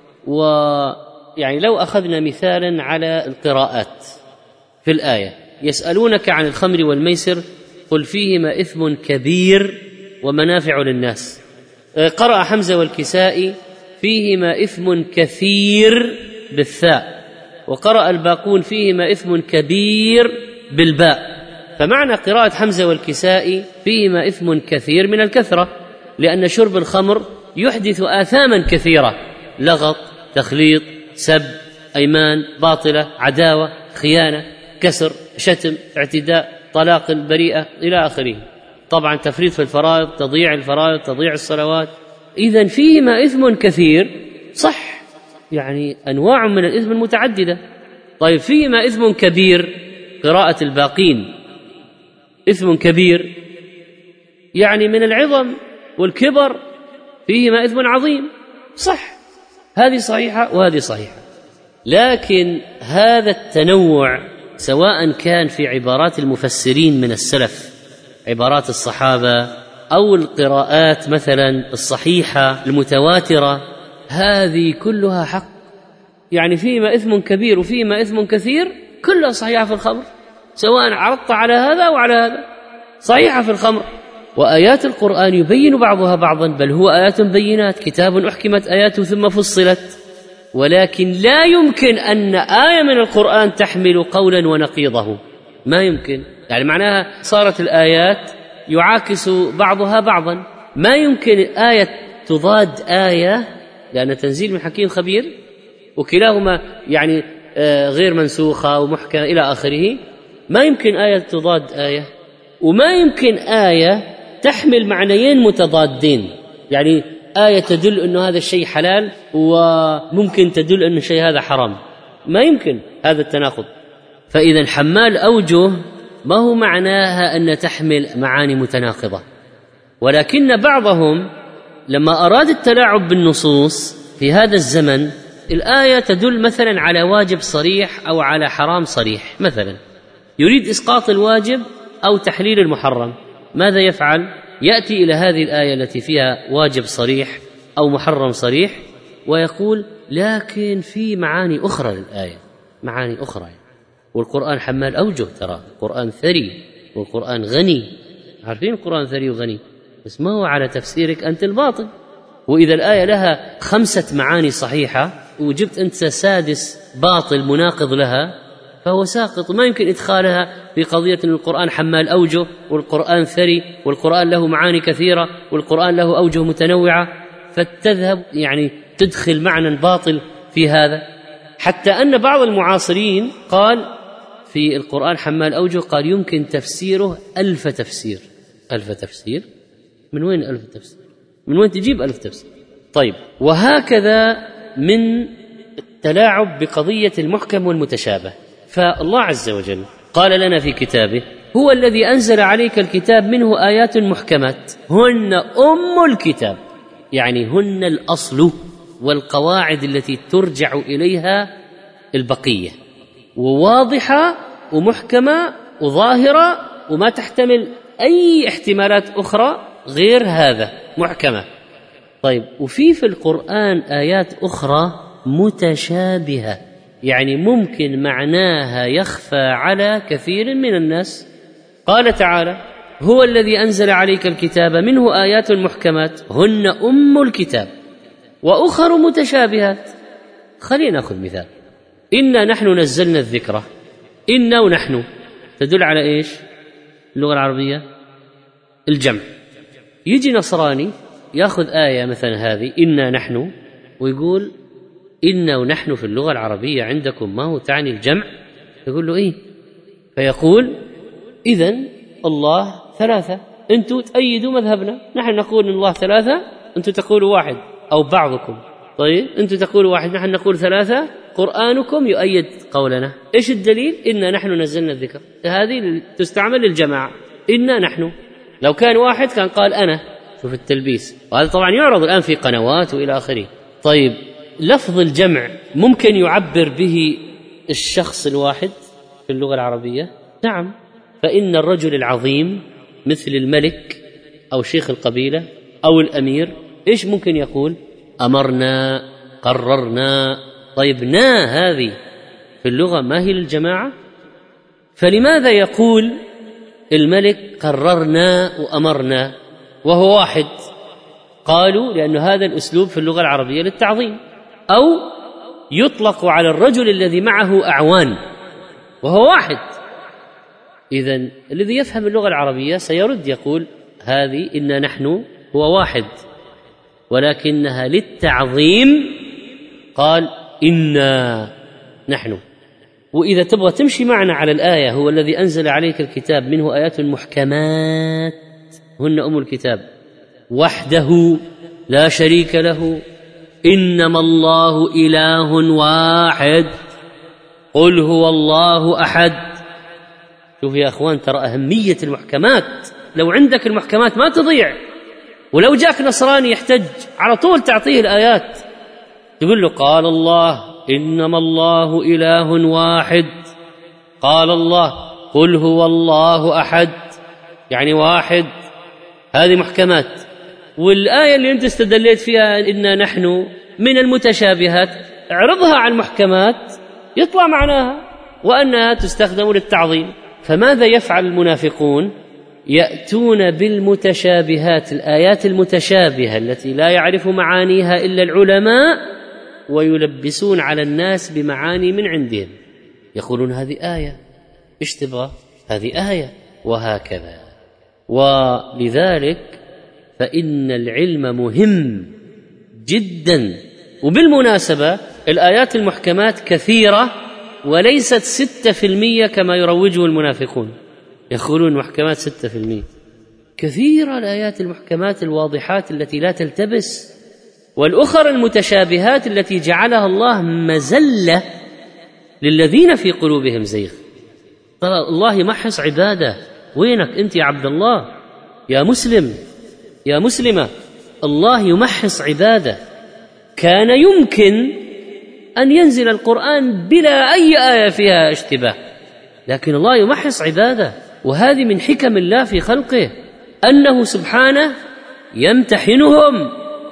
ويعني لو أخذنا مثالا على القراءات في الآية، يسألونك عن الخمر والميسر قل فيهما إثم كبير ومنافع للناس، قرأ حمزة والكسائي فيهما إثم كثير بالثاء، وقرأ الباقون فيهما إثم كبير بالباء. فمعنى قراءة حمزة والكسائي فيهما إثم كثير من الكثرة، لأن شرب الخمر يحدث آثاما كثيرة، لغط، تخليط، سب، أيمان باطلة، عداوة، خيانة، كسر، شتم، اعتداء، طلاق البريئة إلى آخره. طبعا تفريط في الفرائض، تضييع الفرائض، تضييع الصلوات. إذن فيهما إثم كثير، صح، يعني أنواع من الإثم المتعددة. طيب فيهما إثم كبير، قراءة الباقين إثم كبير يعني من العظم والكبر، فيهما إثم عظيم، صح، هذه صحيحة وهذه صحيحة. لكن هذا التنوع سواء كان في عبارات المفسرين من السلف، عبارات الصحابة، أو القراءات مثلا الصحيحة المتواترة، هذه كلها حق. يعني فيما إثم كبير وفيما إثم كثير كلها صحيحة في الخمر، سواء عرضت على هذا وعلى هذا، صحيحة في الخمر. وآيات القرآن يبين بعضها بعضا، بل هو آيات بينات، كتاب أحكمت آياته ثم فصلت. ولكن لا يمكن أن آية من القرآن تحمل قولا ونقيضه، ما يمكن. يعني معناها صارت الآيات يعاكس بعضها بعضا، ما يمكن آية تضاد آية، لأن تنزيل من حكيم خبير، وكلاهما يعني غير منسوخة ومحكمة إلى آخره. ما يمكن آية تضاد آية، وما يمكن آية تحمل معنيين متضادين، يعني آية تدل أنه هذا الشيء حلال وممكن تدل أن الشيء هذا حرام، ما يمكن هذا التناقض. فإذا حمال أوجه ما هو معناها أن تحمل معاني متناقضة، ولكن بعضهم لما أراد التلاعب بالنصوص في هذا الزمن، الآية تدل مثلا على واجب صريح أو على حرام صريح، مثلا يريد إسقاط الواجب أو تحليل المحرم، ماذا يفعل؟ يأتي إلى هذه الآية التي فيها واجب صريح أو محرم صريح ويقول لكن في معاني أخرى للآية، معاني أخرى. والقرآن حمال أوجه، ترى القرآن ثري والقرآن غني، عارفين القرآن ثري وغني، بس ما هو على تفسيرك أنت الباطل. وإذا الآية لها 5 معاني صحيحة وجبت أنت 6 باطل مناقض لها، فهو ساقط، ما يمكن إدخالها في قضية أن القرآن حمال أوجه والقرآن ثري والقرآن له معاني كثيرة والقرآن له أوجه متنوعة، فتذهب يعني تدخل معنى باطل في هذا. حتى أن بعض المعاصرين قال في القرآن حمال أوجه، قال يمكن تفسيره 1000 تفسير. 1000 تفسير؟ من وين 1000 تفسير؟ من وين تجيب 1000 تفسير؟ طيب، وهكذا من التلاعب بقضية المحكم والمتشابه. فالله عز وجل قال لنا في كتابه هو الذي أنزل عليك الكتاب منه آيات محكمات هن أم الكتاب، يعني هن الأصل والقواعد التي ترجع إليها البقية، وواضحة ومحكمة وظاهرة وما تحتمل أي احتمالات أخرى غير هذا، محكمة. طيب، وفي القرآن آيات أخرى متشابهة، يعني ممكن معناها يخفى على كثير من الناس. قال تعالى: هو الذي أنزل عليك الكتاب منه آيات محكمات هن أم الكتاب وأخر متشابهات. خلينا نأخذ مثال. إنا نحن نزلنا الذكر، إنا ونحن تدل على إيش؟ اللغة العربية الجمع. يجي نصراني يأخذ آية مثلا هذه إنا نحن ويقول إنا ونحن في اللغة العربية عندكم ما هو تعني الجمع؟ يقول له إيه؟ فيقول إذن الله ثلاثة، أنتم تأيدوا مذهبنا، نحن نقول إن الله ثلاثة، أنتم تقولوا واحد، أو بعضكم. طيب، أنتم تقولوا واحد، نحن نقول ثلاثة، قرآنكم يؤيد قولنا. إيش الدليل؟ إنا نحن نزلنا الذكر، هذه تستعمل للجماعة. إنا نحن، لو كان واحد كان قال أنا. شوف التلبيس، وهذا طبعا يعرض الآن في قنوات وإلى آخره. طيب، لفظ الجمع ممكن يعبر به الشخص الواحد في اللغة العربية؟ نعم. فإن الرجل العظيم مثل الملك أو شيخ القبيلة أو الأمير إيش ممكن يقول؟ أمرنا، قررنا. طيب، نا هذه في اللغة ما هي للجماعة؟ فلماذا يقول الملك قررنا وأمرنا وهو واحد؟ قالوا لأن هذا الأسلوب في اللغة العربية للتعظيم، أو يطلق على الرجل الذي معه أعوان وهو واحد. إذن الذي يفهم اللغة العربية سيرد يقول هذه إنا نحن هو واحد، ولكنها للتعظيم قال إنا نحن. وإذا تبغى تمشي معنا على الآية هو الذي أنزل عليك الكتاب منه آيات محكمات هن أم الكتاب وحده لا شريك له إنما الله إله واحد قل هو الله أحد. شوف يا أخوان، ترى أهمية المحكمات. لو عندك المحكمات ما تضيع، ولو جاك نصراني يحتج على طول تعطيه الآيات، تقول له قال الله إنما الله إله واحد، قال الله قل هو الله أحد، يعني واحد. هذه محكمات. والآية اللي أنت استدليت فيها إنا نحن من المتشابهات، اعرضها على المحكمات يطلع معناها وأنها تستخدم للتعظيم. فماذا يفعل المنافقون؟ يأتون بالمتشابهات، الآيات المتشابهة التي لا يعرف معانيها إلا العلماء، ويلبسون على الناس بمعاني من عندهم، يقولون هذه آية، إيش تبغى؟ هذه آية، وهكذا. ولذلك فإن العلم مهم جدا. وبالمناسبة الآيات المحكمات كثيرة وليست 6% كما يروجه المنافقون، يقولون محكمات 6%. كثيرة الآيات المحكمات الواضحات التي لا تلتبس، والأخرى المتشابهات التي جعلها الله مزلة للذين في قلوبهم زيغ. ترى الله يمحص عباده. وينك أنت يا عبد الله، يا مسلم، يا مسلمة؟ الله يمحص عباده. كان يمكن أن ينزل القرآن بلا أي آية فيها اشتباه، لكن الله يمحص عباده. وهذه من حكم الله في خلقه، أنه سبحانه يمتحنهم.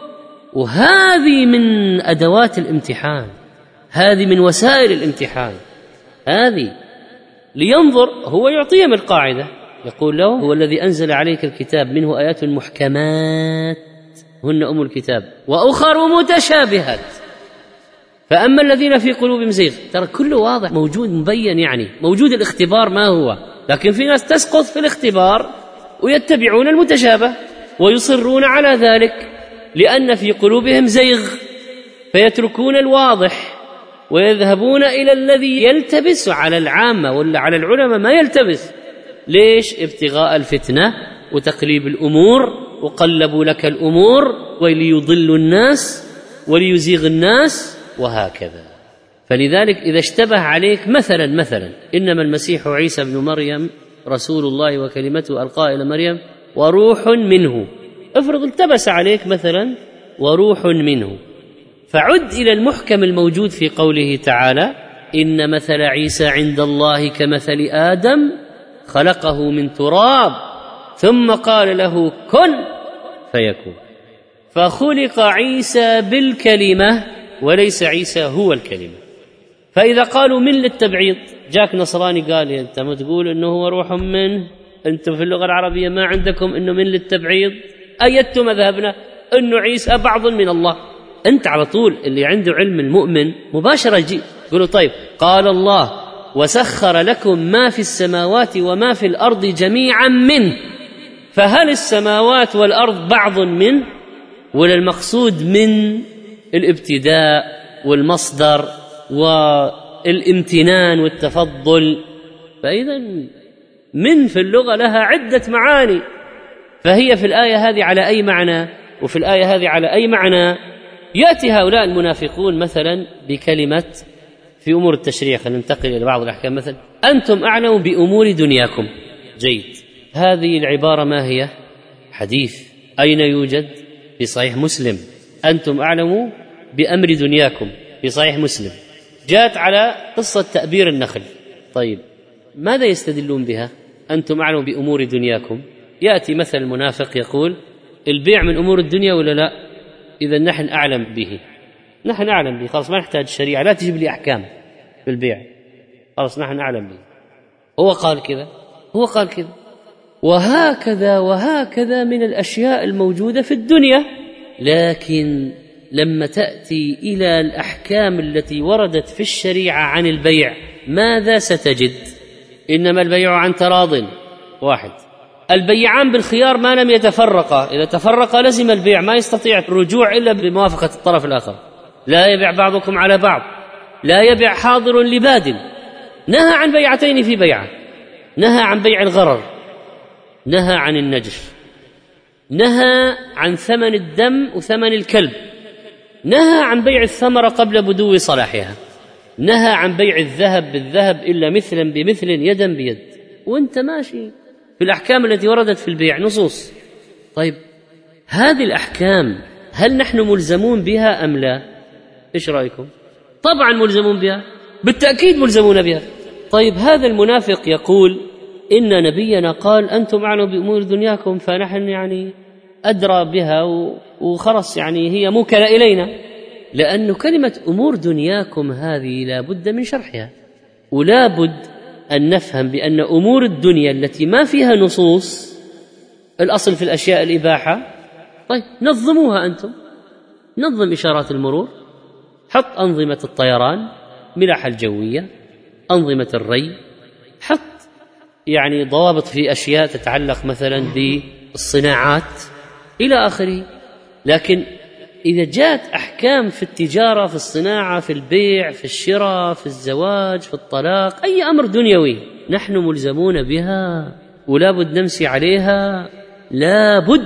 وهذه من أدوات الامتحان، هذه من وسائل الامتحان، هذه لينظر. هو يعطيهم القاعدة، يقول له هو الذي أنزل عليك الكتاب منه آيات محكمات هن أم الكتاب وأخر متشابهات فأما الذين في قلوبهم زيغ. ترى كله واضح، موجود مبين، يعني موجود. الاختبار ما هو، لكن في ناس تسقط في الاختبار ويتبعون المتشابه ويصرون على ذلك لأن في قلوبهم زيغ، فيتركون الواضح ويذهبون إلى الذي يلتبس على العامة ولا على العلماء ما يلتبس. ليش؟ ابتغاء الفتنة وتقليب الأمور، وقلبوا لك الأمور وليضلوا الناس وليزيغ الناس وهكذا. فلذلك إذا اشتبه عليك مثلا إنما المسيح عيسى بن مريم رسول الله وكلمته ألقاها إلى مريم وروح منه، افرض التبس عليك مثلا وروح منه، فعد إلى المحكم الموجود في قوله تعالى: إن مثل عيسى عند الله كمثل آدم خلقه من تراب ثم قال له كن فيكون. فخلق عيسى بالكلمة وليس عيسى هو الكلمة. فإذا قالوا من للتبعيض، جاك نصراني قال أنت ما تقول إنه هو روح منه، أنتم في اللغة العربية ما عندكم إنه من للتبعيض، أيدتم مذهبنا إنه عيسى بعض من الله. أنت على طول اللي عنده علم المؤمن مباشرة يجي يقولوا طيب قال الله وسخر لكم ما في السماوات وما في الأرض جميعا منه، فهل السماوات والأرض بعض منه، ولا المقصود من الابتداء والمصدر والامتنان والتفضل؟ فإذا من في اللغة لها عدة معاني، فهي في الآية هذه على أي معنى وفي الآية هذه على أي معنى. يأتي هؤلاء المنافقون مثلا بكلمة في أمور التشريع، خلينا ننتقل إلى بعض الأحكام، مثلا أنتم أعلم بأمور دنياكم. جيد، هذه العبارة ما هي؟ حديث أين يوجد؟ في صحيح مسلم. أنتم أعلم بأمر دنياكم في صحيح مسلم. جاءت على قصة تأبير النخل. طيب ماذا يستدلون بها؟ أنتم أعلم بأمور دنياكم. يأتي مثل المنافق يقول البيع من أمور الدنيا ولا لا؟ إذا نحن أعلم به، نحن أعلم به، خلاص ما نحتاج الشريعة، لا تجيب لي أحكام في البيع، خلاص نحن أعلم به. هو قال كذا، هو قال كذا، وهكذا وهكذا من الأشياء الموجودة في الدنيا. لكن لما تأتي إلى الأحكام التي وردت في الشريعة عن البيع ماذا ستجد؟ إنما البيع عن تراض. واحد، البيعان بالخيار ما لم يتفرقا، إذا تفرقا لزم البيع، ما يستطيع الرجوع إلا بموافقة الطرف الآخر. لا يبيع بعضكم على بعض، لا يبيع حاضر لباد. نهى عن بيعتين في بيعة، نهى عن بيع الغرر، نهى عن النجش، نهى عن ثمن الدم وثمن الكلب، نهى عن بيع الثمرة قبل بدو صلاحها، نهى عن بيع الذهب بالذهب إلا مثلا بمثل يدا بيد. وانت ماشي في الأحكام التي وردت في البيع نصوص. طيب هذه الأحكام هل نحن ملزمون بها أم لا؟ إيش رأيكم؟ طبعا ملزمون بها، بالتأكيد ملزمون بها. طيب هذا المنافق يقول إن نبينا قال أنتم أعلم بأمور دنياكم، فنحن يعني أدرى بها وخلص، يعني هي موكلة إلينا. لأن كلمة أمور دنياكم هذه لا بد من شرحها، ولا بد أن نفهم بأن أمور الدنيا التي ما فيها نصوص، الأصل في الأشياء الإباحة. طيب نظموها أنتم، نظم إشارات المرور، حط أنظمة الطيران، ملاحة الجوية، أنظمة الري، حط يعني ضوابط في أشياء تتعلق مثلا بالصناعات إلى آخره. لكن إذا جاءت أحكام في التجارة، في الصناعة، في البيع، في الشراء، في الزواج، في الطلاق، أي أمر دنيوي نحن ملزمون بها ولا بد نمشي عليها، لا بد.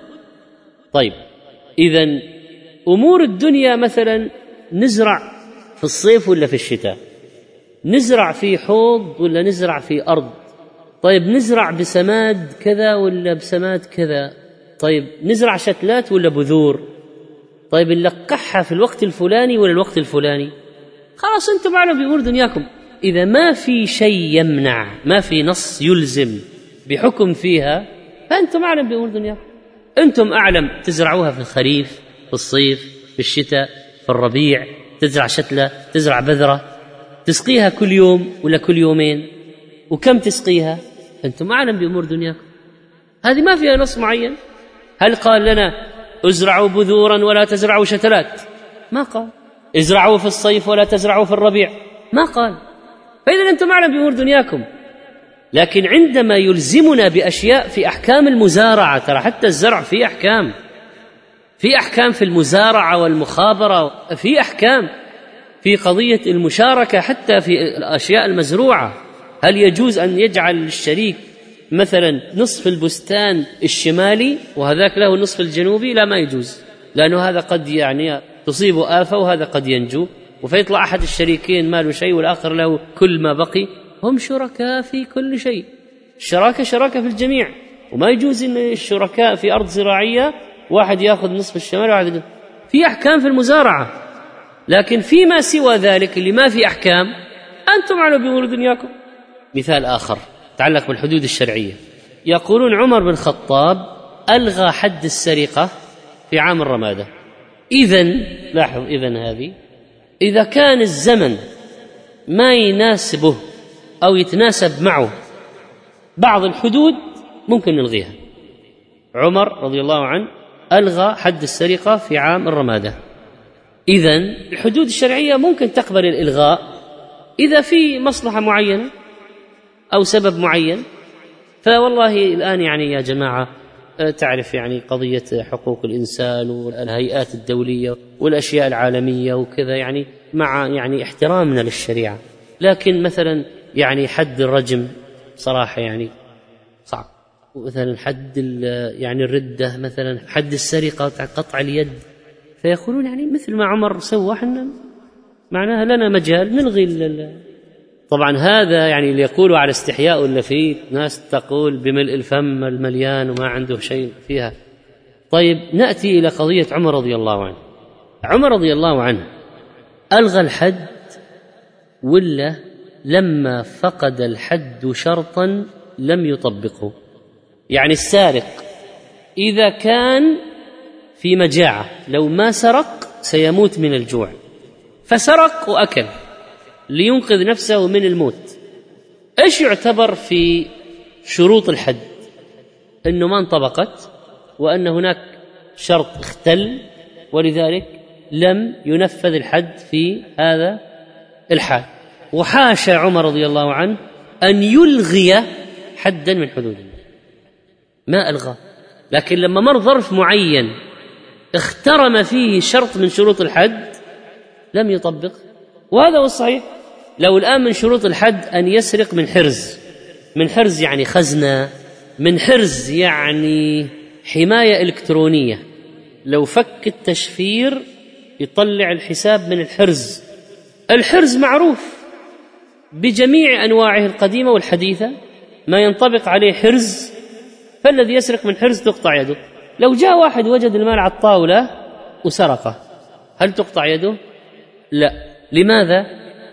طيب إذن أمور الدنيا مثلا نزرع في الصيف ولا في الشتاء؟ نزرع في حوض ولا نزرع في أرض؟ طيب نزرع بسماد كذا ولا بسماد كذا؟ طيب نزرع شتلات ولا بذور؟ طيب نلقحها في الوقت الفلاني ولا الوقت الفلاني؟ خلاص أنتم أعلم بأمور دنياكم. إذا ما في شيء يمنع، ما في نص يلزم بحكم فيها، فأنتم أعلم بأمور دنياكم. أنتم أعلم تزرعوها في الخريف، في الصيف، في الشتاء، في الربيع، تزرع شتلة، تزرع بذرة، تسقيها كل يوم ولا كل يومين، وكم تسقيها، أنتم أعلم بأمور دنياكم. هذه ما فيها نص معين. هل قال لنا ازرعوا بذورا ولا تزرعوا شتلات؟ ما قال. ازرعوا في الصيف ولا تزرعوا في الربيع؟ ما قال. فإذا أنتم أعلم بأمور دنياكم. لكن عندما يلزمنا بأشياء في أحكام المزارعة، ترى حتى الزرع في أحكام، في أحكام في المزارعة والمخابرة، في أحكام في قضية المشاركة حتى في الأشياء المزروعة. هل يجوز أن يجعل الشريك مثلا نصف البستان الشمالي وهذاك له النصف الجنوبي؟ لا، ما يجوز، لأنه هذا قد يعني تصيب آفة وهذا قد ينجو، وفيطلع أحد الشريكين ما له شيء والآخر له كل ما بقي. هم شركاء في كل شيء، الشراكة شراكة في الجميع، وما يجوز أن الشركاء في أرض زراعية واحد يأخذ نصف الشمال وواحد. في أحكام في المزارعة، لكن فيما سوى ذلك اللي ما في أحكام أنتم أعلم بأمور دنياكم. مثال آخر يتعلق بالحدود الشرعية، يقولون عمر بن الخطاب ألغى حد السرقة في عام الرمادة. إذن لاحظ، إذن هذه إذا كان الزمن ما يناسبه أو يتناسب معه بعض الحدود ممكن نلغيها. عمر رضي الله عنه ألغى حد السرقة في عام الرمادة. إذن الحدود الشرعية ممكن تقبل الإلغاء إذا في مصلحة معينة أو سبب معين. فوالله الآن يعني يا جماعة تعرف يعني قضية حقوق الإنسان والهيئات الدولية والأشياء العالمية وكذا، يعني مع يعني احترامنا للشريعة، لكن مثلا يعني حد الرجم صراحة يعني صعب، مثلا حد يعني الردة، مثلا حد السرقة قطع اليد. فيقولون يعني مثل ما عمر سوى احنا معناها لنا مجال نلغي طبعا هذا يعني اللي يقولوا على استحياء ولا فيه ناس تقول بملء الفم المليان وما عنده شيء فيها. طيب نأتي إلى قضية عمر رضي الله عنه. عمر رضي الله عنه ألغى الحد ولا لما فقد الحد شرطا لم يطبقه؟ يعني السارق إذا كان في مجاعة لو ما سرق سيموت من الجوع، فسرق وأكل لينقذ نفسه من الموت، إيش يعتبر في شروط الحد؟ أنه ما انطبقت وأن هناك شرط اختل، ولذلك لم ينفذ الحد في هذا الحال. وحاشا عمر رضي الله عنه أن يلغي حدا من حدود الله، ما ألغى، لكن لما مر ظرف معين اخترم فيه شرط من شروط الحد لم يطبق. وهذا هو الصحيح. لو الآن من شروط الحد أن يسرق من حرز، من حرز يعني خزنة، من حرز يعني حماية إلكترونية، لو فك التشفير يطلع الحساب من الحرز. الحرز معروف بجميع أنواعه القديمة والحديثة، ما ينطبق عليه حرز، فالذي يسرق من حرز تقطع يده. لو جاء واحد وجد المال على الطاولة وسرقه هل تقطع يده؟ لا. لماذا؟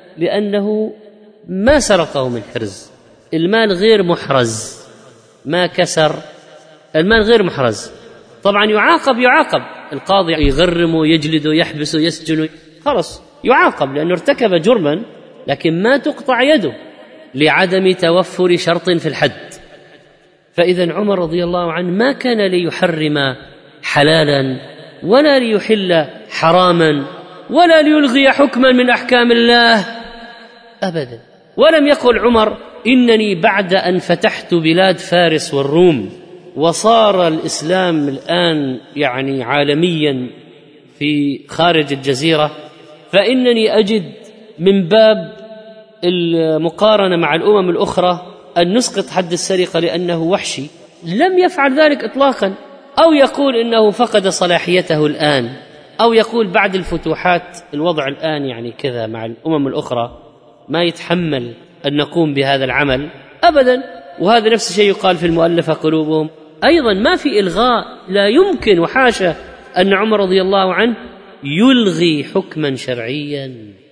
لأنه ما سرقه من حرز، المال غير محرز، ما كسر، المال غير محرز. طبعا يعاقب القاضي يغرمه يجلده يحبسه يسجنه، خلاص يعاقب لأنه ارتكب جرما، لكن ما تقطع يده لعدم توفر شرط في الحد. فإذا عمر رضي الله عنه ما كان ليحرم حلالا ولا ليحل حراما ولا ليلغي حكما من أحكام الله أبدا. ولم يقل عمر إنني بعد أن فتحت بلاد فارس والروم وصار الإسلام الآن يعني عالميا في خارج الجزيرة فإنني أجد من باب المقارنة مع الأمم الأخرى أن نسقط حد السرقة لأنه وحشي. لم يفعل ذلك إطلاقا. أو يقول إنه فقد صلاحيته الآن، أو يقول بعد الفتوحات الوضع الآن يعني كذا مع الأمم الأخرى ما يتحمل أن نقوم بهذا العمل أبدا. وهذا نفس الشيء يقال في المؤلفة قلوبهم أيضا، ما في إلغاء، لا يمكن وحاشا أن عمر رضي الله عنه يلغي حكما شرعيا،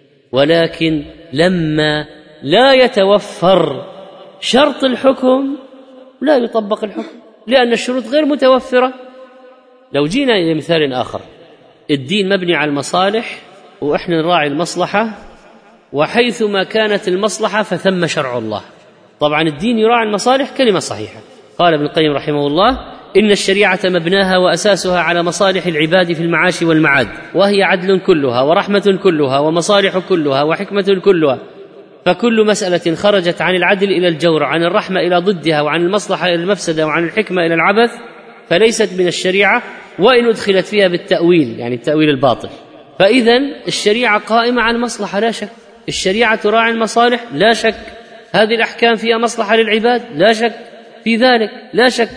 ولكن لما لا يتوفر شرط الحكم لا يطبق الحكم لأن الشروط غير متوفرة. لو جينا إلى مثال آخر، الدين مبني على المصالح وإحنا نراعي المصلحة، وحيثما كانت المصلحة فثم شرع الله. طبعا الدين يراعي المصالح كلمة صحيحة. قال ابن القيم رحمه الله إن الشريعة مبناها وأساسها على مصالح العباد في المعاش والمعاد، وهي عدل كلها ورحمة كلها ومصالح كلها وحكمة كلها، فكل مسألة خرجت عن العدل إلى الجور، عن الرحمة إلى ضدها، وعن المصلحة إلى المفسدة، وعن الحكمة إلى العبث فليست من الشريعة وإن أدخلت فيها بالتأويل، يعني التأويل الباطل. فإذا الشريعة قائمة على المصلحة لا شك، الشريعة تراعي المصالح لا شك، هذه الأحكام فيها مصلحة للعباد لا شك في ذلك لا شك.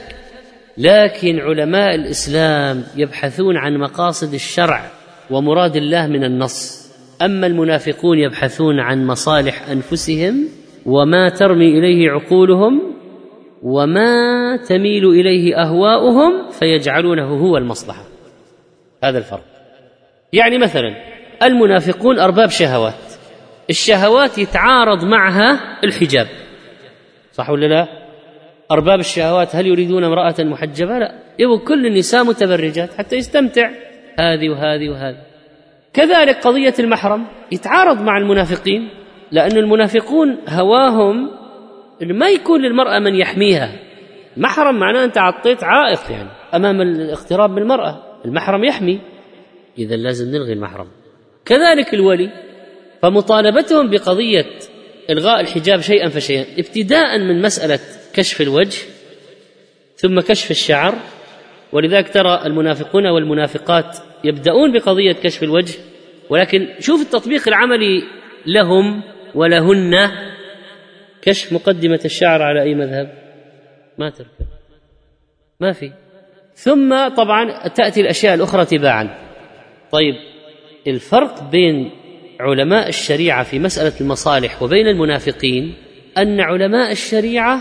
لكن علماء الإسلام يبحثون عن مقاصد الشرع ومراد الله من النص، أما المنافقون يبحثون عن مصالح أنفسهم وما ترمي إليه عقولهم وما تميل إليه أهواؤهم فيجعلونه هو المصلحة. هذا الفرق. يعني مثلا المنافقون أرباب شهوات، الشهوات يتعارض معها الحجاب، صح ولا لا؟ أرباب الشهوات هل يريدون امرأة محجبة؟ لا، يبغوا كل النساء متبرجات حتى يستمتع هذه وهذه وهذه. كذلك قضية المحرم يتعارض مع المنافقين، لأن المنافقون هواهم إنه ما يكون للمرأة من يحميها. محرم معناه أنت عطيت عائق يعني أمام الاقتراب من المرأة، المحرم يحمي، إذا لازم نلغي المحرم. كذلك الولي، فمطالبتهم بقضية إلغاء الحجاب شيئا فشيئا، ابتداء من مسألة كشف الوجه ثم كشف الشعر. ولذلك ترى المنافقون والمنافقات يبدأون بقضية كشف الوجه، ولكن شوف التطبيق العملي لهم ولهن. كشف مقدمة الشعر على أي مذهب؟ ما تركب، ما في. ثم طبعا تأتي الأشياء الأخرى تباعا. طيب، الفرق بين علماء الشريعة في مسألة المصالح وبين المنافقين أن علماء الشريعة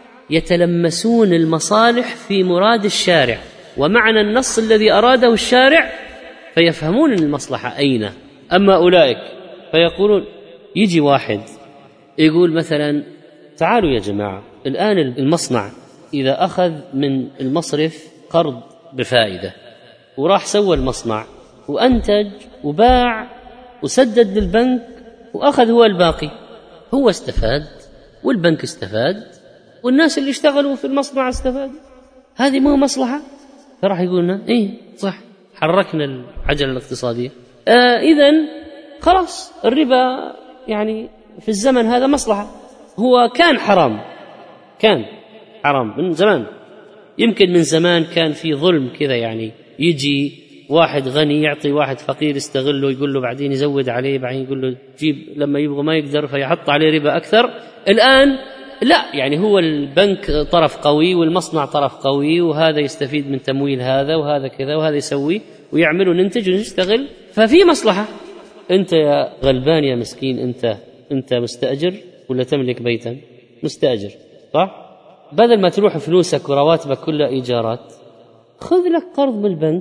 يتلمسون المصالح في مراد الشارع ومعنى النص الذي أراده الشارع، فيفهمون المصلحة أين. أما أولئك فيقولون، يجي واحد يقول مثلا تعالوا يا جماعة، الآن المصنع إذا أخذ من المصرف قرض بفائدة وراح سوى المصنع وأنتج وباع وسدد للبنك وأخذ هو الباقي، هو استفاد والبنك استفاد والناس اللي اشتغلوا في المصنع استفاد، هذه مو مصلحة؟ فراح يقولنا إيه صح، حركنا العجلة الاقتصادية. إذن خلاص الربا يعني في الزمن هذا مصلحة. هو كان حرام، كان حرام من زمان، يمكن من زمان كان في ظلم كذا، يعني يجي واحد غني يعطي واحد فقير يستغله، يقول له بعدين يزود عليه، بعدين يقول له جيب، لما يبغى ما يقدر فيحط عليه ربا أكثر. الآن لا، يعني هو البنك طرف قوي والمصنع طرف قوي، وهذا يستفيد من تمويل هذا وهذا كذا وهذا يسوي ويعمل وننتج ونشتغل، ففي مصلحة. أنت يا غلبان يا مسكين، أنت مستأجر ولا تملك بيتا؟ مستأجر، صح؟ بدل ما تروح فلوسك ورواتبك كلها إيجارات، خذ لك قرض من البنك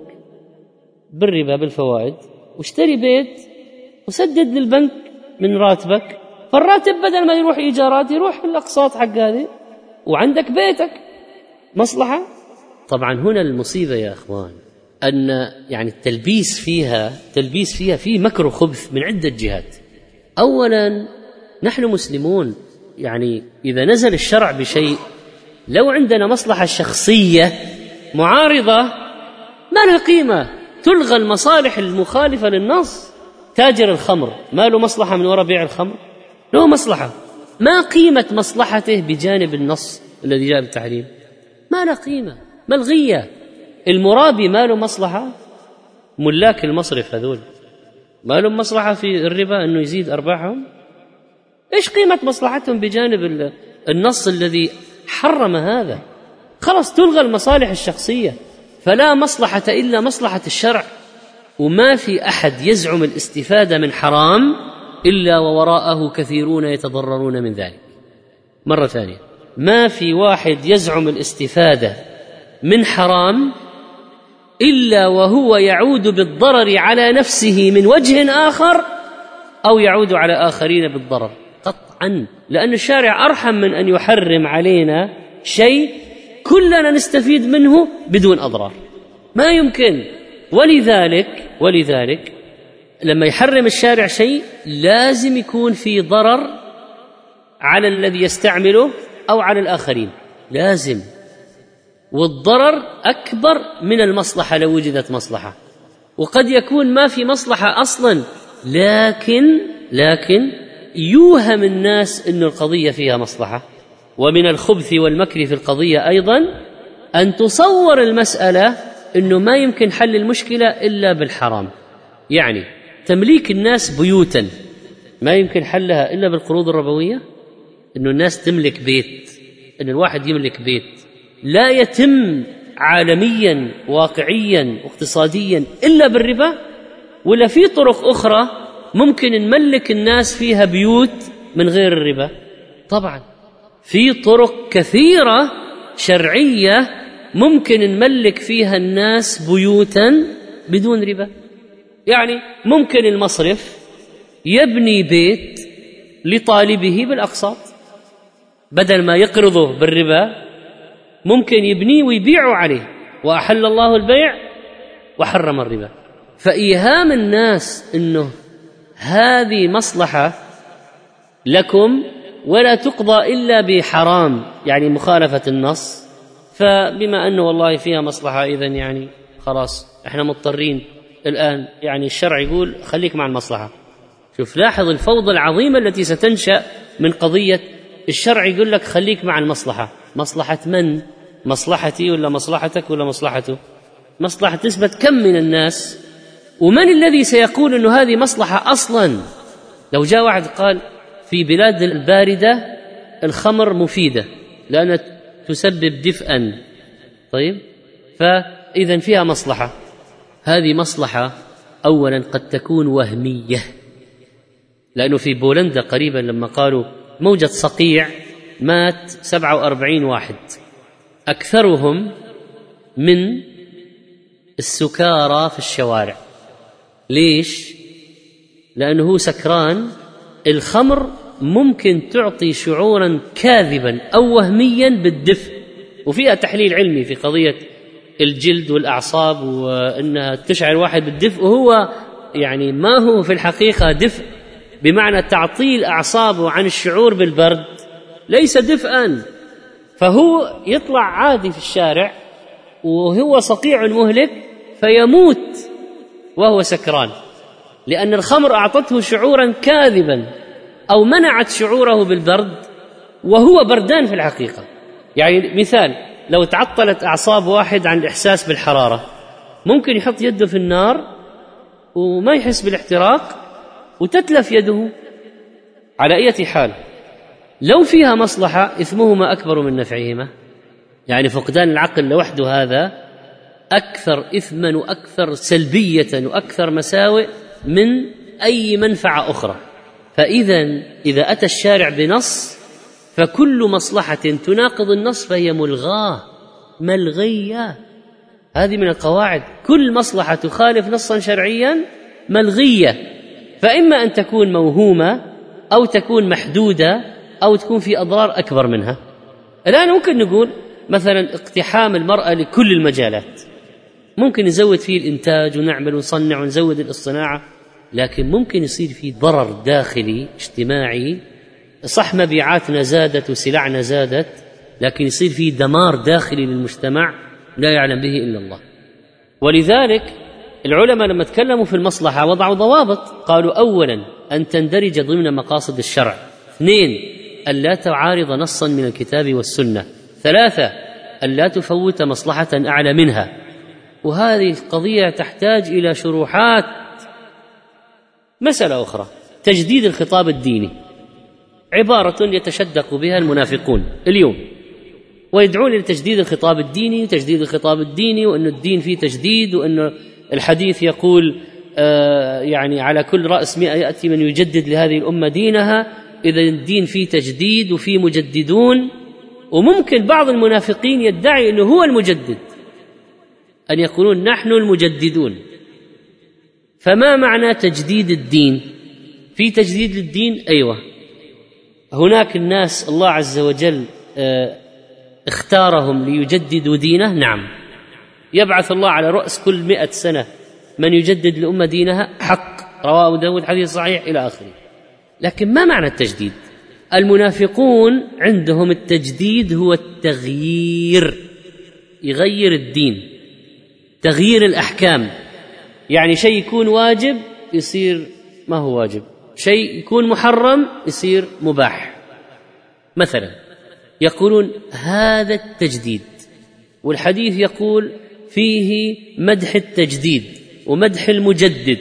بالربا بالفوائد واشتري بيت وسدد للبنك من راتبك، فالراتب بدل ما يروح إيجارات يروح الأقساط حق هذه وعندك بيتك، مصلحة. طبعا هنا المصيبة يا أخوان أن يعني التلبيس فيها في مكر وخبث من عدة جهات. أولا نحن مسلمون، يعني إذا نزل الشرع بشيء لو عندنا مصلحة شخصية معارضة ما لها قيمة، تلغى المصالح المخالفة للنص. تاجر الخمر ما له مصلحة من وراء بيع الخمر؟ له مصلحة، ما قيمة مصلحته بجانب النص الذي جاء بالتحريم؟ ما له قيمة، ملغية. المرابي ما له مصلحة، ملاك المصرف هذول ما لهم مصلحة في الربا أنه يزيد أرباحهم؟ إيش قيمة مصلحتهم بجانب النص الذي حرم هذا؟ خلاص تلغى المصالح الشخصية، فلا مصلحة إلا مصلحة الشرع. وما في أحد يزعم الاستفادة من حرام إلا ووراءه كثيرون يتضررون من ذلك. مرة ثانية، ما في واحد يزعم الاستفادة من حرام إلا وهو يعود بالضرر على نفسه من وجه آخر أو يعود على آخرين بالضرر قطعا، لأن الشارع أرحم من أن يحرم علينا شيء كلنا نستفيد منه بدون أضرار، ما يمكن. ولذلك لما يحرم الشارع شيء لازم يكون في ضرر على الذي يستعمله أو على الآخرين، لازم، والضرر أكبر من المصلحة لو وجدت مصلحة. وقد يكون ما في مصلحة أصلا، لكن يوهم الناس أن القضية فيها مصلحة. ومن الخبث والمكر في القضية أيضا أن تصور المسألة أنه ما يمكن حل المشكلة إلا بالحرام. يعني تمليك الناس بيوتا ما يمكن حلها إلا بالقروض الربوية، أنه الناس تملك بيت، أن الواحد يملك بيت لا يتم عالميا واقعيا واقتصاديا إلا بالربا. ولا في طرق أخرى ممكن نملك الناس فيها بيوت من غير الربا؟ طبعا في طرق كثيرة شرعية ممكن نملك فيها الناس بيوتا بدون ربا. يعني ممكن المصرف يبني بيت لطالبه بالأقساط، بدل ما يقرضه بالربا ممكن يبنيه ويبيعه عليه، وأحل الله البيع وحرم الربا. فإيهام الناس أنه هذه مصلحة لكم ولا تقضى إلا بحرام، يعني مخالفة النص، فبما أنه والله فيها مصلحة إذن يعني خلاص احنا مضطرين الآن، يعني الشرع يقول خليك مع المصلحة. شوف، لاحظ الفوضى العظيمة التي ستنشأ من قضية الشرع يقول لك خليك مع المصلحة. مصلحة من؟ مصلحتي ولا مصلحتك ولا مصلحته؟ مصلحة تثبت كم من الناس، ومن الذي سيقول أنه هذه مصلحة أصلا؟ لو جاء واحد قال في بلاد الباردة الخمر مفيدة لأنها تسبب دفئا، طيب فإذا فيها مصلحة. هذه مصلحة أولا قد تكون وهمية، لأنه في بولندا قريبا لما قالوا موجة صقيع مات 47 واحد، أكثرهم من السكارى في الشوارع. ليش؟ لأنه هو سكران. الخمر ممكن تعطي شعورا كاذبا أو وهميا بالدفء، وفيها تحليل علمي في قضية الجلد والأعصاب، وأنها تشعر واحد بالدفء وهو يعني ما هو في الحقيقة دفء، بمعنى تعطيل أعصابه عن الشعور بالبرد ليس دفئا، فهو يطلع عادي في الشارع وهو صقيع مهلك فيموت وهو سكران، لأن الخمر أعطته شعورا كاذبا أو منعت شعوره بالبرد وهو بردان في الحقيقة. يعني مثال، لو تعطلت أعصاب واحد عن الإحساس بالحرارة ممكن يحط يده في النار وما يحس بالاحتراق وتتلف يده. على أي حال لو فيها مصلحة إثمهما أكبر من نفعهما، يعني فقدان العقل لوحده هذا أكثر إثما وأكثر سلبية وأكثر مساوئ من أي منفعة أخرى. فإذا إذا أتى الشارع بنص فكل مصلحة تناقض النص فهي ملغاة ملغية. هذه من القواعد، كل مصلحة تخالف نصا شرعيا ملغية، فإما أن تكون موهومة أو تكون محدودة أو تكون في أضرار أكبر منها. الآن ممكن نقول مثلا اقتحام المرأة لكل المجالات، ممكن نزود فيه الإنتاج ونعمل ونصنع ونزود الصناعة، لكن ممكن يصير فيه ضرر داخلي اجتماعي. صح مبيعاتنا زادت وسلعنا زادت، لكن يصير فيه دمار داخلي للمجتمع لا يعلم به إلا الله. ولذلك العلماء لما تكلموا في المصلحة وضعوا ضوابط، قالوا أولا أن تندرج ضمن مقاصد الشرع، 2 أن لا تعارض نصا من الكتاب والسنة، 3 أن لا تفوت مصلحة أعلى منها. وهذه القضية تحتاج إلى شروحات. مسألة أخرى، تجديد الخطاب الديني، عبارة يتشدق بها المنافقون اليوم ويدعون لتجديد الخطاب الديني وتجديد الخطاب الديني، وأن الدين فيه تجديد، وأن الحديث يقول يعني على كل رأس 100 يأتي من يجدد لهذه الأمة دينها. إذا الدين فيه تجديد وفيه مجددون، وممكن بعض المنافقين يدعي أنه هو المجدد، أن يقولون نحن المجددون. فما معنى تجديد الدين؟ في تجديد للدين، أيوة، هناك الناس الله عز وجل اختارهم ليجددوا دينه، نعم، يبعث الله على رأس كل 100 سنة من يجدد لأمة دينها، حق، رواه داود حديث صحيح إلى آخره. لكن ما معنى التجديد؟ المنافقون عندهم التجديد هو التغيير، يغير الدين، تغيير الأحكام، يعني شيء يكون واجب يصير ما هو واجب، شيء يكون محرم يصير مباح. مثلا يقولون هذا التجديد، والحديث يقول فيه مدح التجديد ومدح المجدد.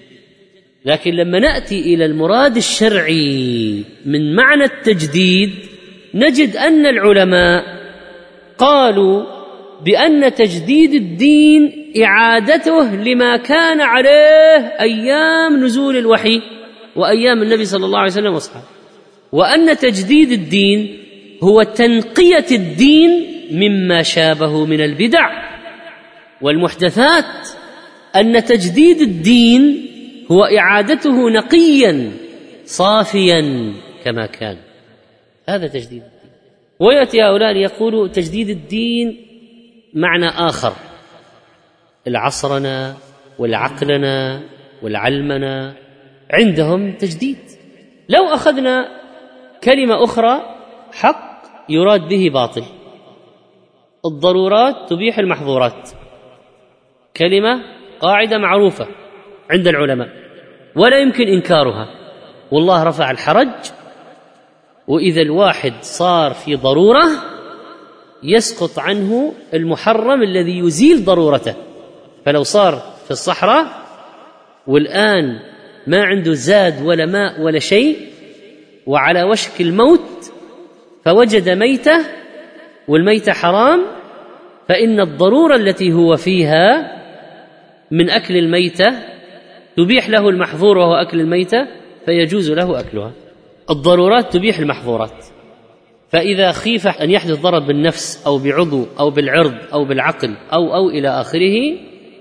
لكن لما نأتي إلى المراد الشرعي من معنى التجديد نجد أن العلماء قالوا بأن تجديد الدين إعادته لما كان عليه أيام نزول الوحي وأيام النبي صلى الله عليه وسلم وأصحابه، وأن تجديد الدين هو تنقية الدين مما شابه من البدع والمحدثات أن تجديد الدين هو إعادته نقيا صافيا كما كان. هذا تجديد الدين. ويأتي هؤلاء ليقولوا تجديد الدين معنى آخر، العصرنا والعقلنا والعلمنا عندهم تجديد. لو أخذنا كلمة أخرى حق يراد به باطل، الضرورات تبيح المحظورات، كلمة قاعدة معروفة عند العلماء ولا يمكن إنكارها، والله رفع الحرج، وإذا الواحد صار في ضرورة يسقط عنه المحرم الذي يزيل ضرورته. فلو صار في الصحراء والآن ما عنده زاد ولا ماء ولا شيء وعلى وشك الموت فوجد ميتة والميتة حرام، فإن الضرورة التي هو فيها من أكل الميتة تبيح له المحظور وهو أكل الميتة فيجوز له أكلها. الضرورات تبيح المحظورات، فإذا خيف أن يحدث ضرر بالنفس أو بعضو أو بالعرض أو بالعقل أو إلى آخره،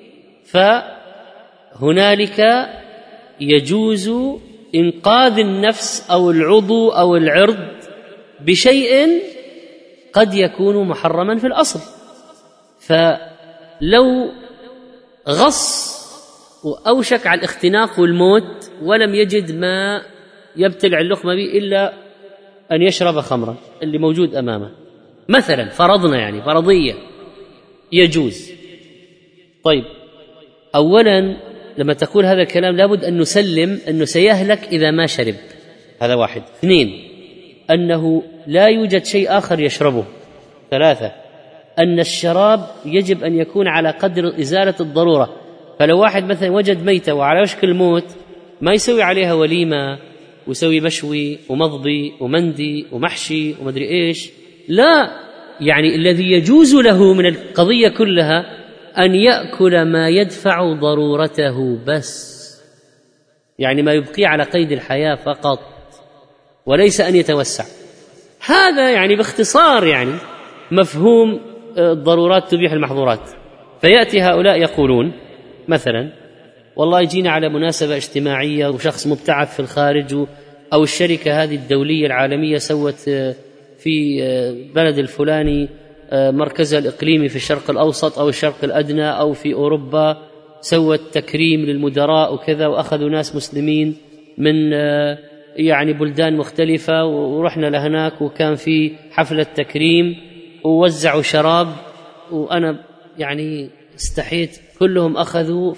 فهنالك يجوز إنقاذ النفس أو العضو أو العرض بشيء قد يكون محرما في الأصل. فلو غص وأوشك على الاختناق والموت ولم يجد ما يبتلع اللقمة به إلا أن يشرب خمرا اللي موجود أمامه مثلا، فرضنا يعني فرضية، يجوز. طيب، أولا لما تقول هذا الكلام لابد أن نسلم أنه سيهلك إذا ما شرب، هذا واحد. اثنين، أنه لا يوجد شيء آخر يشربه. ثلاثة، أن الشراب يجب أن يكون على قدر إزالة الضرورة، فلو واحد مثلا وجد ميتة وعلى وشك الموت ما يسوي عليها وليمة ويسوي مشوي ومضبي ومندي ومحشي ومدري إيش، لا، يعني الذي يجوز له من القضية كلها أن يأكل ما يدفع ضرورته بس، يعني ما يبقي على قيد الحياة فقط، وليس أن يتوسع. هذا يعني باختصار يعني مفهوم الضرورات تبيح المحظورات. فيأتي هؤلاء يقولون مثلا والله جينا على مناسبة اجتماعية وشخص مبتعث في الخارج أو الشركة هذه الدولية العالمية سوت في بلد الفلاني مركزها الإقليمي في الشرق الأوسط أو الشرق الأدنى أو في أوروبا، سوت تكريم للمدراء وكذا، وأخذوا ناس مسلمين من يعني بلدان مختلفة ورحنا لهناك وكان في حفلة تكريم ووزعوا شراب، وأنا يعني استحيت، كلهم أخذوا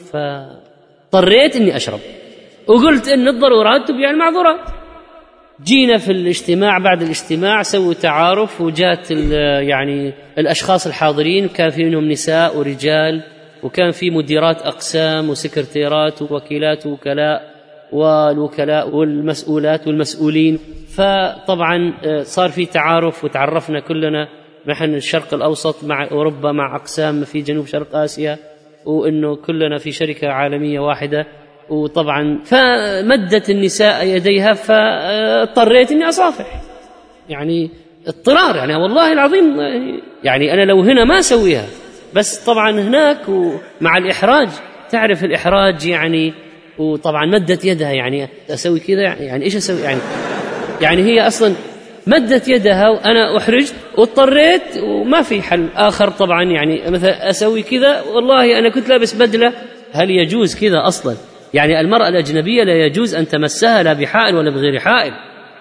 فاضطريت إني أشرب، وقلت إن الضرورات تبيح المعذورات. جينا في الاجتماع، بعد الاجتماع سووا تعارف وجات يعني الأشخاص الحاضرين كان في منهم نساء ورجال، وكان في مديرات أقسام وسكرتيرات ووكيلات ووكلاء والوكلاء والمسؤولات والمسؤولين. فطبعا صار في تعارف وتعرفنا كلنا، نحن الشرق الأوسط مع أوروبا مع أقسام في جنوب شرق آسيا، وإنه كلنا في شركة عالمية واحدة. وطبعا فمدت النساء يديها فاضطريت إني أصافح، يعني اضطرار، يعني والله العظيم يعني أنا لو هنا ما أسويها، بس طبعا هناك ومع الإحراج، تعرف الإحراج يعني، وطبعا مدت يدها يعني أسوي كذا، يعني إيش أسوي يعني هي أصلا مدت يدها وأنا أحرجت واضطريت وما في حل آخر. طبعا يعني مثلا أسوي كذا، والله أنا كنت لابس بدلة، هل يجوز كذا أصلا؟ يعني المرأة الأجنبية لا يجوز أن تمسها لا بحائل ولا بغير حائل.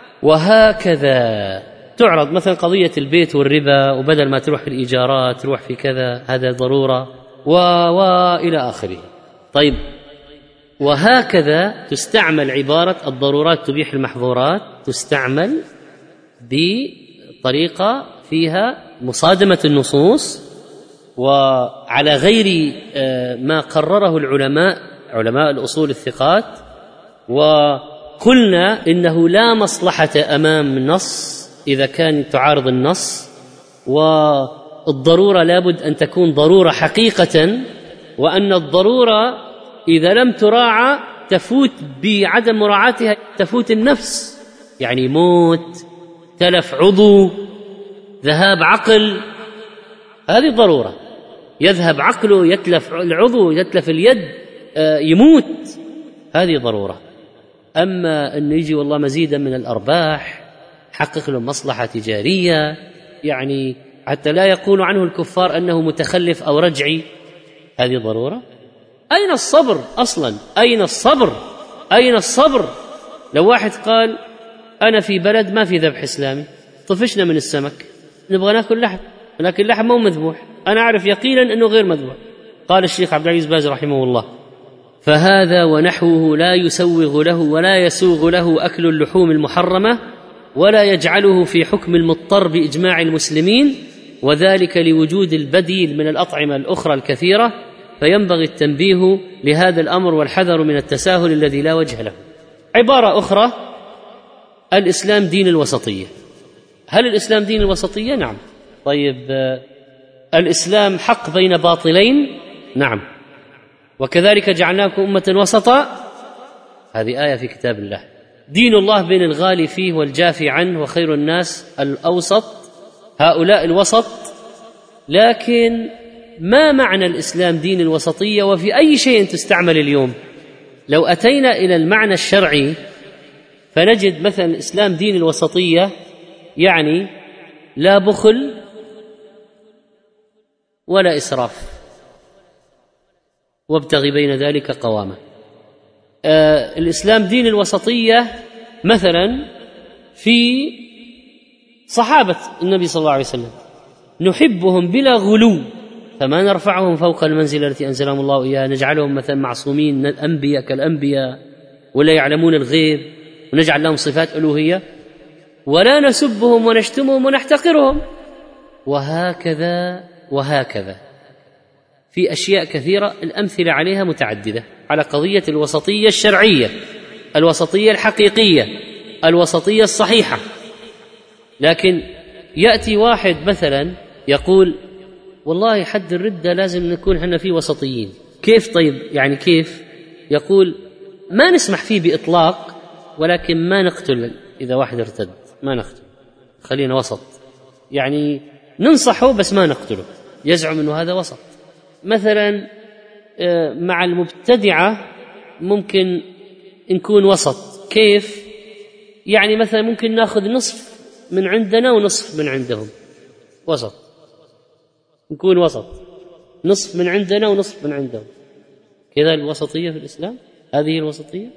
وهكذا تعرض مثلا قضية البيت والربا، وبدل ما تروح في الإيجارات تروح في كذا، هذا ضرورة وإلى آخره. طيب، وهكذا تستعمل عبارة الضرورات تبيح المحظورات، تستعمل بطريقة فيها مصادمة النصوص وعلى غير ما قرره العلماء، علماء الأصول الثقات. وقلنا إنه لا مصلحة أمام النص إذا كان تعارض النص، والضرورة لابد أن تكون ضرورة حقيقة، وأن الضرورة إذا لم تراعى تفوت بعدم مراعاتها، تفوت النفس، يعني موت، تلف عضو، ذهاب عقل، هذه ضرورة، يذهب عقله، يتلف العضو، يتلف اليد، يموت، هذه ضرورة. أما أن يجي والله مزيدا من الأرباح، حقق له مصلحة تجارية، يعني حتى لا يقول عنه الكفار أنه متخلف أو رجعي، هذه ضرورة. أين الصبر أصلا؟ أين الصبر؟ أين الصبر؟ لو واحد قال أنا في بلد ما في ذبح إسلامي، طفشنا من السمك، نبغى ناكل لحم، لكن اللحم مو مذبوح، أنا أعرف يقينا أنه غير مذبوح. قال الشيخ عبد العزيز باز رحمه الله: فهذا ونحوه لا يسوغ له ولا يسوغ له أكل اللحوم المحرمة، ولا يجعله في حكم المضطر بإجماع المسلمين، وذلك لوجود البديل من الأطعمة الأخرى الكثيرة، فينبغي التنبيه لهذا الأمر والحذر من التساهل الذي لا وجه له. عبارة أخرى: الإسلام دين الوسطية. هل الإسلام دين الوسطية؟ نعم. طيب الإسلام حق بين باطلين؟ نعم. وكذلك جعلناكم أمة وسطا، هذه آية في كتاب الله. دين الله بين الغالي فيه والجافي عنه، وخير الناس الأوسط، هؤلاء الوسط. لكن ما معنى الإسلام دين الوسطية وفي أي شيء تستعمل اليوم؟ لو أتينا إلى المعنى الشرعي فنجد مثلا الإسلام دين الوسطية يعني لا بخل ولا إسراف، وابتغي بين ذلك قوامة. الإسلام دين الوسطية مثلا في صحابة النبي صلى الله عليه وسلم، نحبهم بلا غلو، فما نرفعهم فوق المنزلة التي أنزلهم الله إياها، نجعلهم مثلا معصومين الأنبياء كالأنبياء ولا يعلمون الغيب، ونجعل لهم صفات ألوهية، ولا نسبهم ونشتمهم ونحتقرهم، وهكذا وهكذا. في أشياء كثيرة الأمثلة عليها متعددة على قضية الوسطية الشرعية، الوسطية الحقيقية، الوسطية الصحيحة. لكن يأتي واحد مثلا يقول والله حد الردة لازم نكون احنا فيه وسطيين. كيف؟ طيب يعني كيف؟ يقول ما نسمح فيه بإطلاق، ولكن ما نقتل إذا واحد ارتد، ما نقتل، خلينا وسط، يعني ننصحه بس ما نقتله، يزعم أنه هذا وسط. مثلا مع المبتدعة ممكن نكون وسط. كيف؟ يعني مثلا ممكن ناخذ نصف من عندنا ونصف من عندهم، وسط، نكون وسط، نصف من عندنا ونصف من عندهم، كذا الوسطية في الإسلام، هذه الوسطية.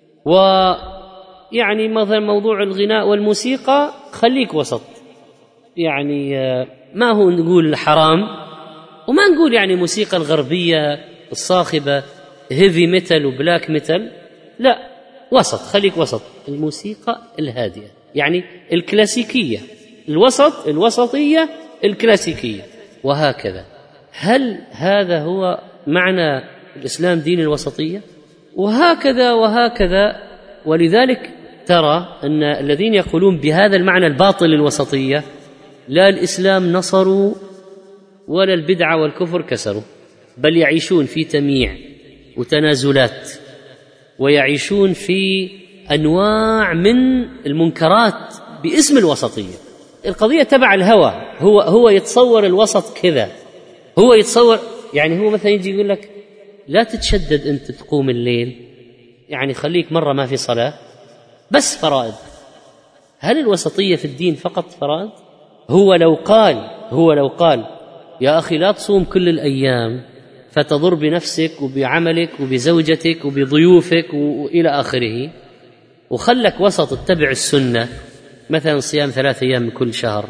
ويعني مثلا موضوع الغناء والموسيقى خليك وسط، يعني ما هو نقول حرام وما نقول يعني موسيقى الغربية الصاخبة هيفي ميتال وبلاك ميتال، لا، وسط، خليك وسط، الموسيقى الهادئة يعني الكلاسيكية، الوسط، الوسطية الكلاسيكية، وهكذا. هل هذا هو معنى الإسلام دين الوسطية؟ وهكذا وهكذا. ولذلك ترى أن الذين يقولون بهذا المعنى الباطل الوسطية لا الإسلام نصروا ولا البدعة والكفر كسروا، بل يعيشون في تمييع وتنازلات، ويعيشون في أنواع من المنكرات باسم الوسطية. القضية تبع الهوى، هو يتصور الوسط كذا، هو يتصور يعني هو مثلا يجي يقول لك لا تتشدد أنت تقوم الليل، يعني خليك مرة ما في صلاة بس فرائض. هل الوسطية في الدين فقط فرائض؟ هو لو قال يا أخي لا تصوم كل الأيام فتضر بنفسك وبعملك وبزوجتك وبضيوفك وإلى آخره، وخلك وسط اتبع السنة، مثلا صيام 3 أيام من كل شهر،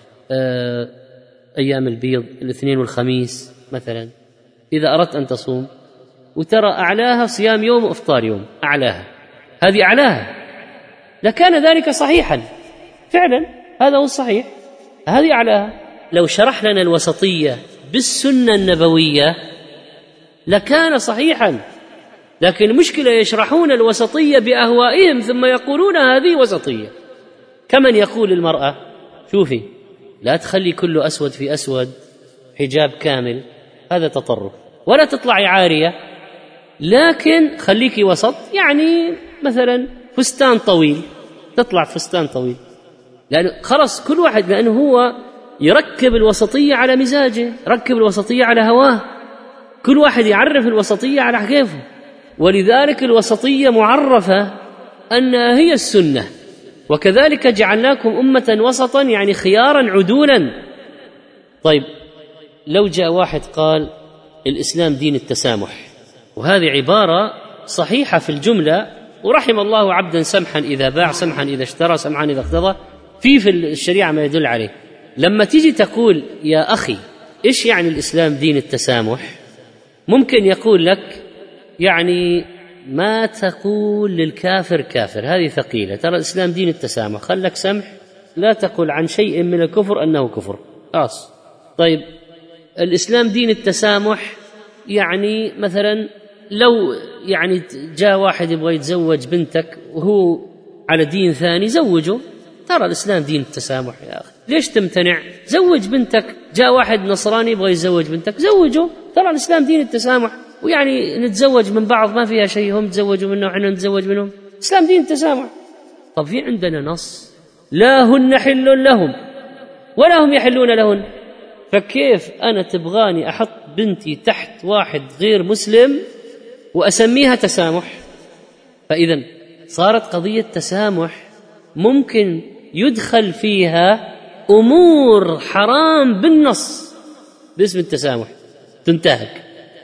أيام البيض الاثنين والخميس مثلا إذا أردت أن تصوم، وترى أعلاها صيام يوم وإفطار يوم، أعلاها، هذه أعلاها، لكان ذلك صحيحا فعلا، هذا هو الصحيح، هذه أعلاها. لو شرح لنا الوسطية بالسنة النبوية لكان صحيحا، لكن المشكلة يشرحون الوسطية بأهوائهم ثم يقولون هذه وسطية. كمن يقول المرأة شوفي لا تخلي كله أسود في أسود، حجاب كامل، هذا تطرف، ولا تطلعي عارية، لكن خليكي وسط، يعني مثلا فستان طويل، تطلع فستان طويل، لأنه خلص كل واحد، لأنه هو يركب الوسطية على مزاجه، يركب الوسطية على هواه، كل واحد يعرف الوسطية على كيفه. ولذلك الوسطية معرفة أنها هي السنة. وكذلك جعلناكم أمة وسطا يعني خيارا عدولا. طيب لو جاء واحد قال الإسلام دين التسامح، وهذه عبارة صحيحة في الجملة، ورحم الله عبدا سمحا إذا باع، سمحا إذا اشترى، سمحا إذا اقتضى، في الشريعة ما يدل عليه. لما تيجي تقول يا أخي إيش يعني الإسلام دين التسامح، ممكن يقول لك يعني ما تقول للكافر كافر، هذه ثقيلة، ترى الإسلام دين التسامح، خلك سمح، لا تقل عن شيء من الكفر أنه كفر خلاص. طيب الإسلام دين التسامح يعني مثلا لو يعني جاء واحد يبغى يتزوج بنتك وهو على دين ثاني، زوجه، ترى الإسلام دين التسامح يا أخي، ليش تمتنع؟ زوج بنتك. جاء واحد نصراني يبغى يتزوج بنتك، زوجه، ترى الإسلام دين التسامح، ويعني نتزوج من بعض ما فيها شيء، هم تزوجوا منه وحنا نتزوج منهم، الإسلام دين التسامح. طب في عندنا نص لا هن حل لهم ولا هم يحلون لهن، فكيف أنا تبغاني أحط بنتي تحت واحد غير مسلم وأسميها تسامح؟ فإذا صارت قضية تسامح ممكن يدخل فيها أمور حرام بالنص باسم التسامح تنتهك.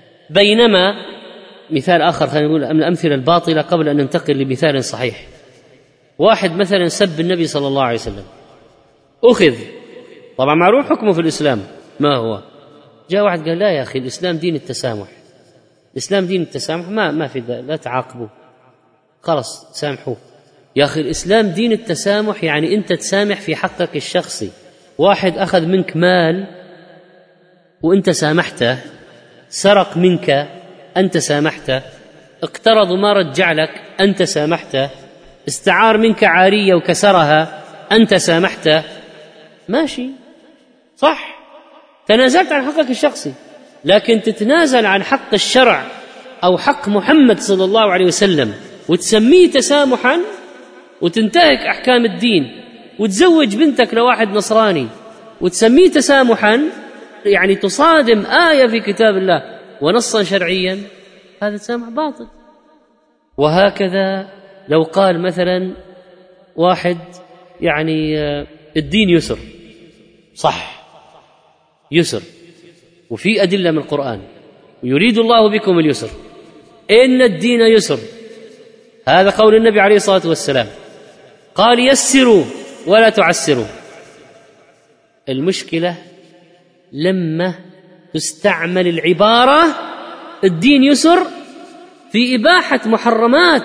بينما مثال آخر، خلينا نقول من الأمثلة الباطلة قبل أن ننتقل لمثال صحيح. واحد مثلا سب النبي صلى الله عليه وسلم، أخذ، طبعا معروف حكمه في الإسلام ما هو. جاء واحد قال لا يا أخي الإسلام دين التسامح، الإسلام دين التسامح، ما في لا تعاقبوا، خلاص سامحوه. يا أخي الإسلام دين التسامح يعني أنت تسامح في حقك الشخصي. واحد أخذ منك مال وأنت سامحته، سرق منك أنت سامحته، اقترض وما رجع لك أنت سامحته، استعار منك عارية وكسرها أنت سامحته، ماشي صح، تنازلت عن حقك الشخصي. لكن تتنازل عن حق الشرع أو حق محمد صلى الله عليه وسلم وتسميه تسامحا وتنتهك أحكام الدين، وتزوج بنتك لواحد نصراني وتسميه تسامحا، يعني تصادم آية في كتاب الله ونصا شرعيا، هذا تسامح باطل. وهكذا لو قال مثلا واحد يعني الدين يسر، صح يسر، وفي أدلة من القرآن، ويريد الله بكم اليسر، إن الدين يسر، هذا قول النبي عليه الصلاة والسلام، قال يسروا ولا تعسروا. المشكلة لما تستعمل العبارة الدين يسر في إباحة محرمات.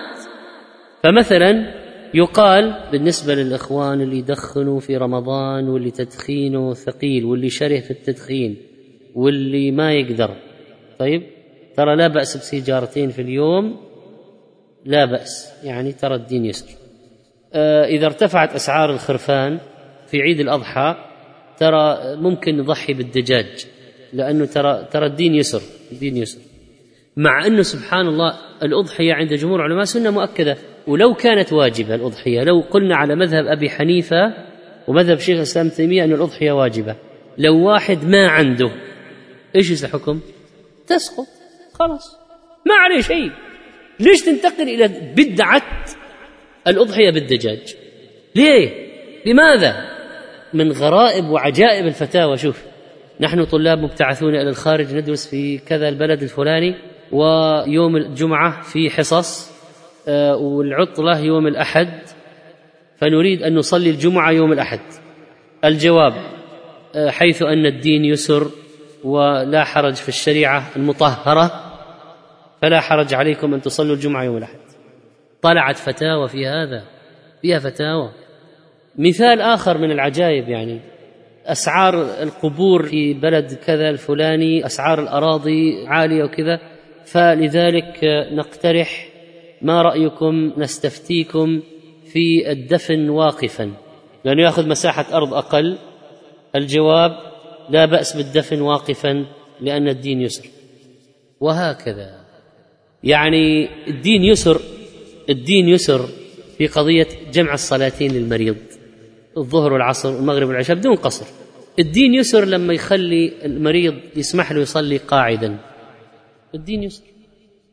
فمثلا يقال بالنسبة للإخوان اللي يدخنوا في رمضان واللي تدخينه ثقيل واللي شره في التدخين واللي ما يقدر، طيب ترى لا بأس بسيجارتين في اليوم، لا بأس، يعني ترى الدين يسر. إذا ارتفعت أسعار الخرفان في عيد الأضحى ترى ممكن نضحي بالدجاج، لأنه ترى الدين يسر، الدين يسر. مع أنه سبحان الله الأضحية عند جمهور العلماء سنة مؤكدة، ولو كانت واجبة الأضحية، لو قلنا على مذهب أبي حنيفة ومذهب شيخ الإسلام ابن تيمية أن الأضحية واجبة، لو واحد ما عنده إيش الحكم؟ تسقط خلاص، ما عليه شيء. ليش تنتقل إلى بدعة الأضحية بالدجاج؟ ليه؟ لماذا؟ من غرائب وعجائب الفتاوى. شوف، نحن طلاب مبتعثون إلى الخارج ندرس في كذا البلد الفلاني، ويوم الجمعة في حصص والعطلة يوم الأحد، فنريد أن نصلي الجمعة يوم الأحد. الجواب: حيث أن الدين يسر ولا حرج في الشريعة المطهرة فلا حرج عليكم أن تصلوا الجمعة يوم الأحد. طلعت فتاوى في هذا، فيها فتاوى. مثال آخر من العجائب، يعني أسعار القبور في بلد كذا الفلاني، أسعار الأراضي عالية وكذا، فلذلك نقترح ما رأيكم نستفتيكم في الدفن واقفا لأنه يأخذ مساحة أرض أقل. الجواب: لا بأس بالدفن واقفا لأن الدين يسر. وهكذا يعني الدين يسر، الدين يسر في قضية جمع الصلاتين للمريض، الظهر والعصر والمغرب والعشاء بدون قصر. الدين يسر لما يخلي المريض يسمح له يصلي قاعدا، الدين يسر.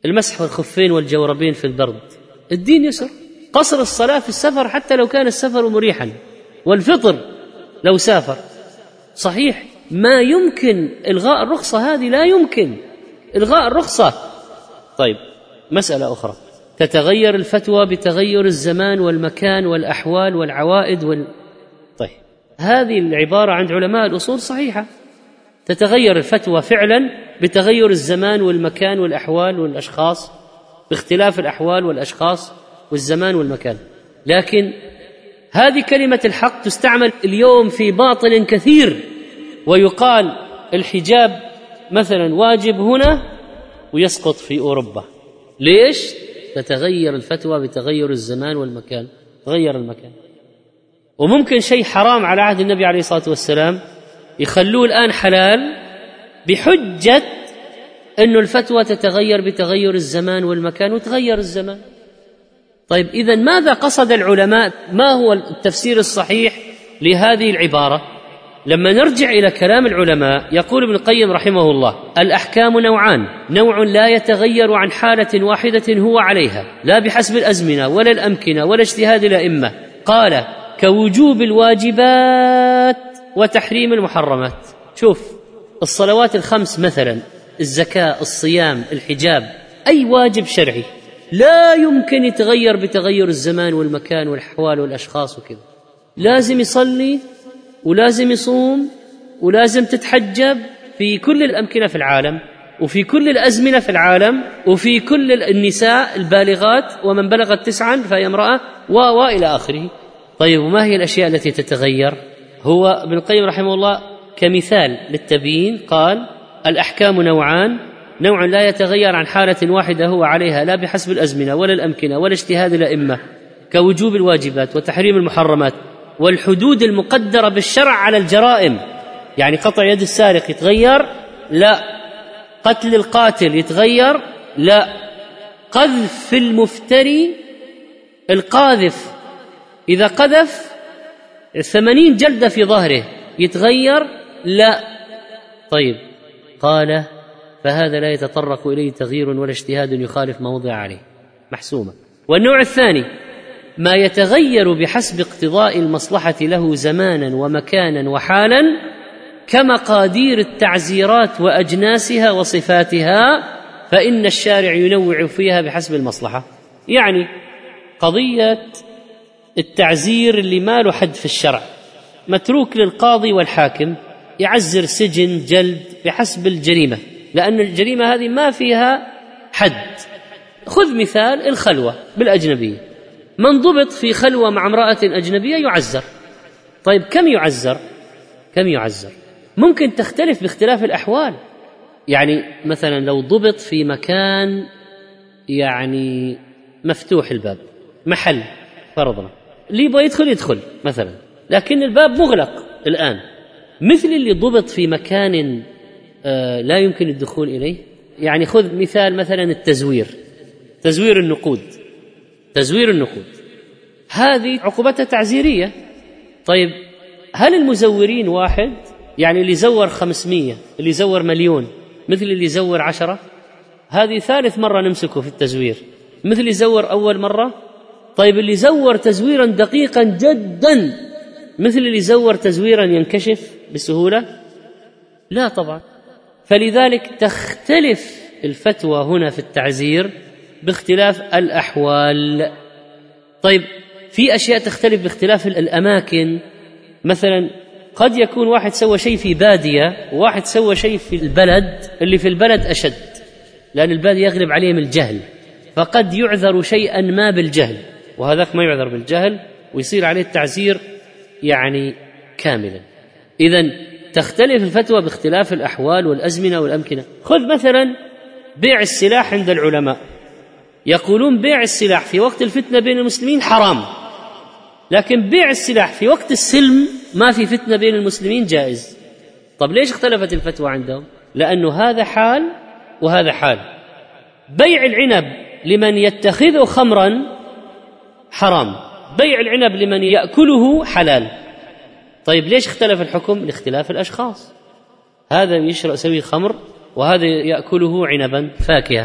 المسح والخفين والجوربين في البرد، الدين يسر. قصر الصلاة في السفر حتى لو كان السفر مريحا، والفطر لو سافر. صحيح ما يمكن إلغاء الرخصة، هذه لا يمكن إلغاء الرخصة. طيب مسألة أخرى، تتغير الفتوى بتغير الزمان والمكان والأحوال والعوائد طيب هذه العبارة عند علماء الأصول صحيحة، تتغير الفتوى فعلا بتغير الزمان والمكان والأحوال والأشخاص، باختلاف الأحوال والأشخاص والزمان والمكان. لكن هذه كلمة الحق تستعمل اليوم في باطل كثير، ويقال الحجاب مثلا واجب هنا ويسقط في أوروبا. ليش؟ تتغير الفتوى بتغير الزمان والمكان، تغير المكان. وممكن شيء حرام على عهد النبي عليه الصلاة والسلام يخلوه الآن حلال بحجة أن الفتوى تتغير بتغير الزمان والمكان، وتغير الزمان. طيب إذن ماذا قصد العلماء؟ ما هو التفسير الصحيح لهذه العبارة؟ لما نرجع إلى كلام العلماء، يقول ابن القيم رحمه الله: الأحكام نوعان، نوع لا يتغير عن حالة واحدة هو عليها لا بحسب الأزمنة ولا الأمكنة ولا اجتهاد الأئمة. قال: كوجوب الواجبات وتحريم المحرمات. شوف الصلوات الخمس مثلا، الزكاة، الصيام، الحجاب، أي واجب شرعي لا يمكن يتغير بتغير الزمان والمكان والأحوال والأشخاص وكذا. لازم يصلي ولازم يصوم ولازم تتحجب في كل الأمكنة في العالم وفي كل الأزمنة في العالم وفي كل النساء البالغات، ومن بلغت 9 فهي امرأة وإلى آخره. طيب وما هي الأشياء التي تتغير؟ هو ابن القيم رحمه الله كمثال للتبيين قال: الأحكام نوعان، نوع لا يتغير عن حالة واحدة هو عليها لا بحسب الأزمنة ولا الأمكنة ولا اجتهاد الأئمة، كوجوب الواجبات وتحريم المحرمات والحدود المقدرة بالشرع على الجرائم. يعني قطع يد السارق يتغير؟ لا. قتل القاتل يتغير؟ لا. قذف المفتري، القاذف إذا قذف 80 جلدة في ظهره يتغير؟ لا. طيب قال: فهذا لا يتطرق إليه تغيير ولا اجتهاد يخالف ما وضع عليه، محسومة. والنوع الثاني ما يتغير بحسب اقتضاء المصلحة له زمانا ومكانا وحالا، كمقادير التعزيرات وأجناسها وصفاتها، فإن الشارع ينوع فيها بحسب المصلحة. يعني قضية التعزير اللي ما له حد في الشرع متروك للقاضي والحاكم، يعزر سجن جلد بحسب الجريمة، لأن الجريمة هذه ما فيها حد. خذ مثال الخلوة بالأجنبية، من ضبط في خلوة مع امرأة أجنبية يعزر. طيب كم يعزر؟ ممكن تختلف باختلاف الأحوال. يعني مثلا لو ضبط في مكان يعني مفتوح الباب، محل فرضنا، اللي يبغى يدخل مثلا، لكن الباب مغلق الآن، مثل اللي ضبط في مكان لا يمكن الدخول إليه. يعني خذ مثال مثلا تزوير النقود، هذه عقوبتها تعزيرية. طيب هل المزورين واحد؟ يعني اللي زور 500، اللي زور 1,000,000 مثل اللي زور 10؟ هذه ثالث مرة نمسكه في التزوير، مثل اللي زور أول مرة. طيب اللي زور تزويرا دقيقا جدا مثل اللي زور تزويرا ينكشف بسهولة؟ لا طبعا. فلذلك تختلف الفتوى هنا في التعزير باختلاف الأحوال. طيب في أشياء تختلف باختلاف الأماكن، مثلا قد يكون واحد سوى شيء في بادية وواحد سوى شيء في البلد، اللي في البلد أشد لأن البادية يغلب عليهم الجهل، فقد يعذر شيئا ما بالجهل وهذاك ما يعذر بالجهل ويصير عليه التعزير يعني كاملا. إذن تختلف الفتوى باختلاف الأحوال والأزمنة والأمكنة. خذ مثلا بيع السلاح عند العلماء، يقولون بيع السلاح في وقت الفتنة بين المسلمين حرام، لكن بيع السلاح في وقت السلم ما في فتنة بين المسلمين جائز. طب ليش اختلفت الفتوى عندهم؟ لأنه هذا حال وهذا حال. بيع العنب لمن يتخذه خمرا حرام، بيع العنب لمن يأكله حلال. طيب ليش اختلف الحكم؟ لاختلاف الأشخاص، هذا يشرب سوي خمر وهذا يأكله عنبا فاكهة.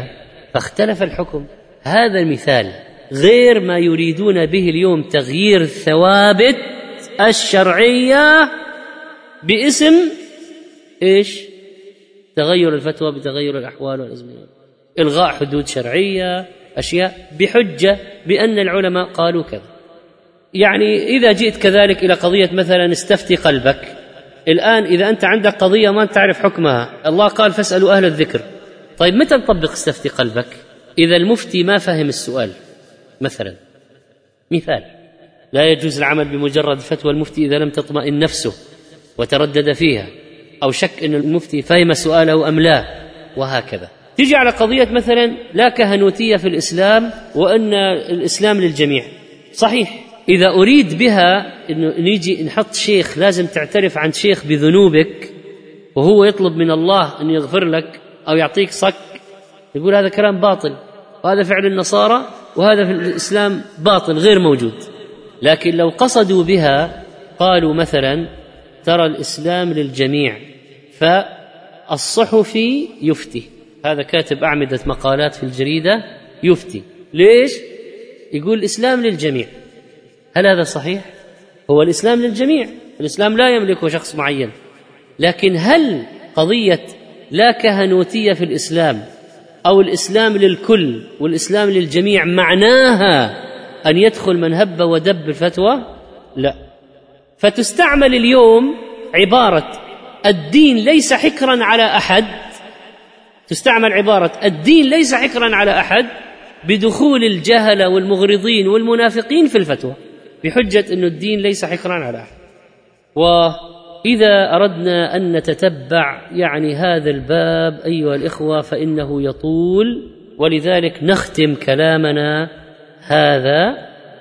فاختلف الحكم. هذا المثال غير ما يريدون به اليوم تغيير الثوابت الشرعية باسم إيش؟ تغير الفتوى بتغير الأحوال والأزمنة، إلغاء حدود شرعية، أشياء بحجة بأن العلماء قالوا كذا. يعني إذا جئت كذلك إلى قضية مثلا استفتي قلبك، الآن إذا أنت عندك قضية ما تعرف حكمها، الله قال فاسألوا أهل الذكر، طيب متى نطبق استفتي قلبك؟ إذا المفتي ما فهم السؤال مثلا، مثال، لا يجوز العمل بمجرد فتوى المفتي إذا لم تطمئن نفسه وتردد فيها أو شك أن المفتي فهم سؤاله أم لا، وهكذا. تيجي على قضية مثلا لا كهنوتية في الإسلام وأن الإسلام للجميع، صحيح، إذا أريد بها أنه نيجي نحط شيخ لازم تعترف عن شيخ بذنوبك وهو يطلب من الله أن يغفر لك أو يعطيك صك، يقول هذا كلام باطل، وهذا فعل النصارى، وهذا في الإسلام باطل غير موجود. لكن لو قصدوا بها قالوا مثلا ترى الإسلام للجميع، فالصحفي يفتي، هذا كاتب أعمدة مقالات في الجريدة يفتي، ليش؟ يقول الإسلام للجميع. هل هذا صحيح؟ هو الإسلام للجميع، الإسلام لا يملكه شخص معين، لكن هل قضية لا كهنوتية في الإسلام أو الإسلام للكل والإسلام للجميع معناها أن يدخل من هب ودب الفتوى؟ لا. فتستعمل اليوم عبارة الدين ليس حكرا على أحد، تستعمل عبارة الدين ليس حكرا على أحد بدخول الجهلة والمغرضين والمنافقين في الفتوى بحجة أن الدين ليس حكرا على أحد. وإذا أردنا أن نتتبع يعني هذا الباب أيها الإخوة فإنه يطول، ولذلك نختم كلامنا هذا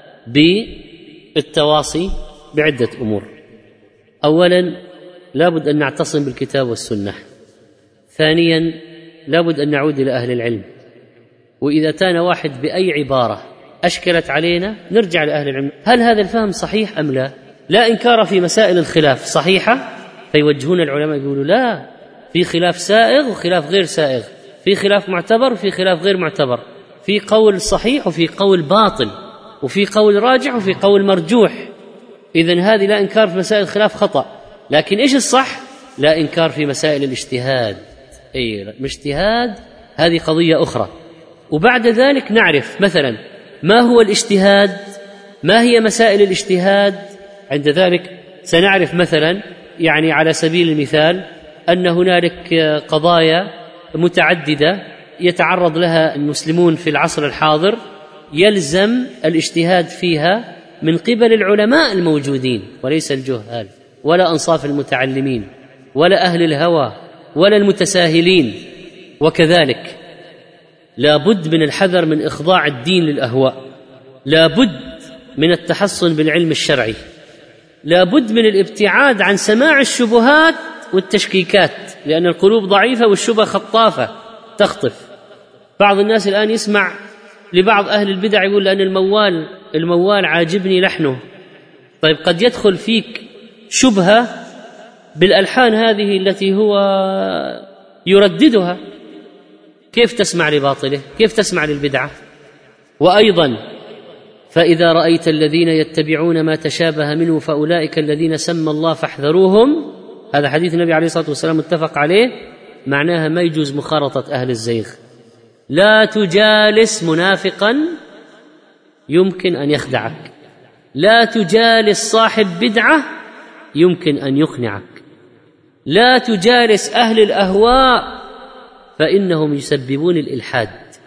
بالتواصي بعدة أمور. أولا لابد أن نعتصم بالكتاب والسنة. ثانيا لابد أن نعود إلى أهل العلم، وإذا كان واحد بأي عبارة أشكلت علينا نرجع لأهل العلم، هل هذا الفهم صحيح أم لا؟ لا إنكار في مسائل الخلاف صحيحة، فيوجهون العلماء يقولوا لا، في خلاف سائغ وخلاف غير سائغ، في خلاف معتبر وفي خلاف غير معتبر، في قول صحيح وفي قول باطل، وفي قول راجح وفي قول مرجوح. إذن هذه لا إنكار في مسائل الخلاف خطأ، لكن إيش الصح؟ لا إنكار في مسائل الاجتهاد، الاجتهاد هذه قضية أخرى. وبعد ذلك نعرف مثلا ما هو الاجتهاد، ما هي مسائل الاجتهاد، عند ذلك سنعرف مثلا يعني على سبيل المثال أن هنالك قضايا متعددة يتعرض لها المسلمون في العصر الحاضر يلزم الاجتهاد فيها من قبل العلماء الموجودين وليس الجهال ولا أنصاف المتعلمين ولا أهل الهوى ولا المتساهلين. وكذلك لا بد من الحذر من إخضاع الدين للأهواء، لا بد من التحصن بالعلم الشرعي، لا بد من الابتعاد عن سماع الشبهات والتشكيكات، لأن القلوب ضعيفة والشبه خطافة تخطف. بعض الناس الآن يسمع لبعض أهل البدع يقول لأن الموال عاجبني لحنه. طيب قد يدخل فيك شبهة بالألحان هذه التي هو يرددها، كيف تسمع لباطله؟ كيف تسمع للبدعة؟ وأيضا فإذا رأيت الذين يتبعون ما تشابه منه فأولئك الذين سمى الله فاحذروهم، هذا حديث النبي عليه الصلاة والسلام متفق عليه، معناها ما يجوز مخالطة أهل الزيغ. لا تجالس منافقا يمكن أن يخدعك، لا تجالس صاحب بدعة يمكن أن يقنعك، لا تجالس أهل الأهواء فإنهم يسببون الإلحاد.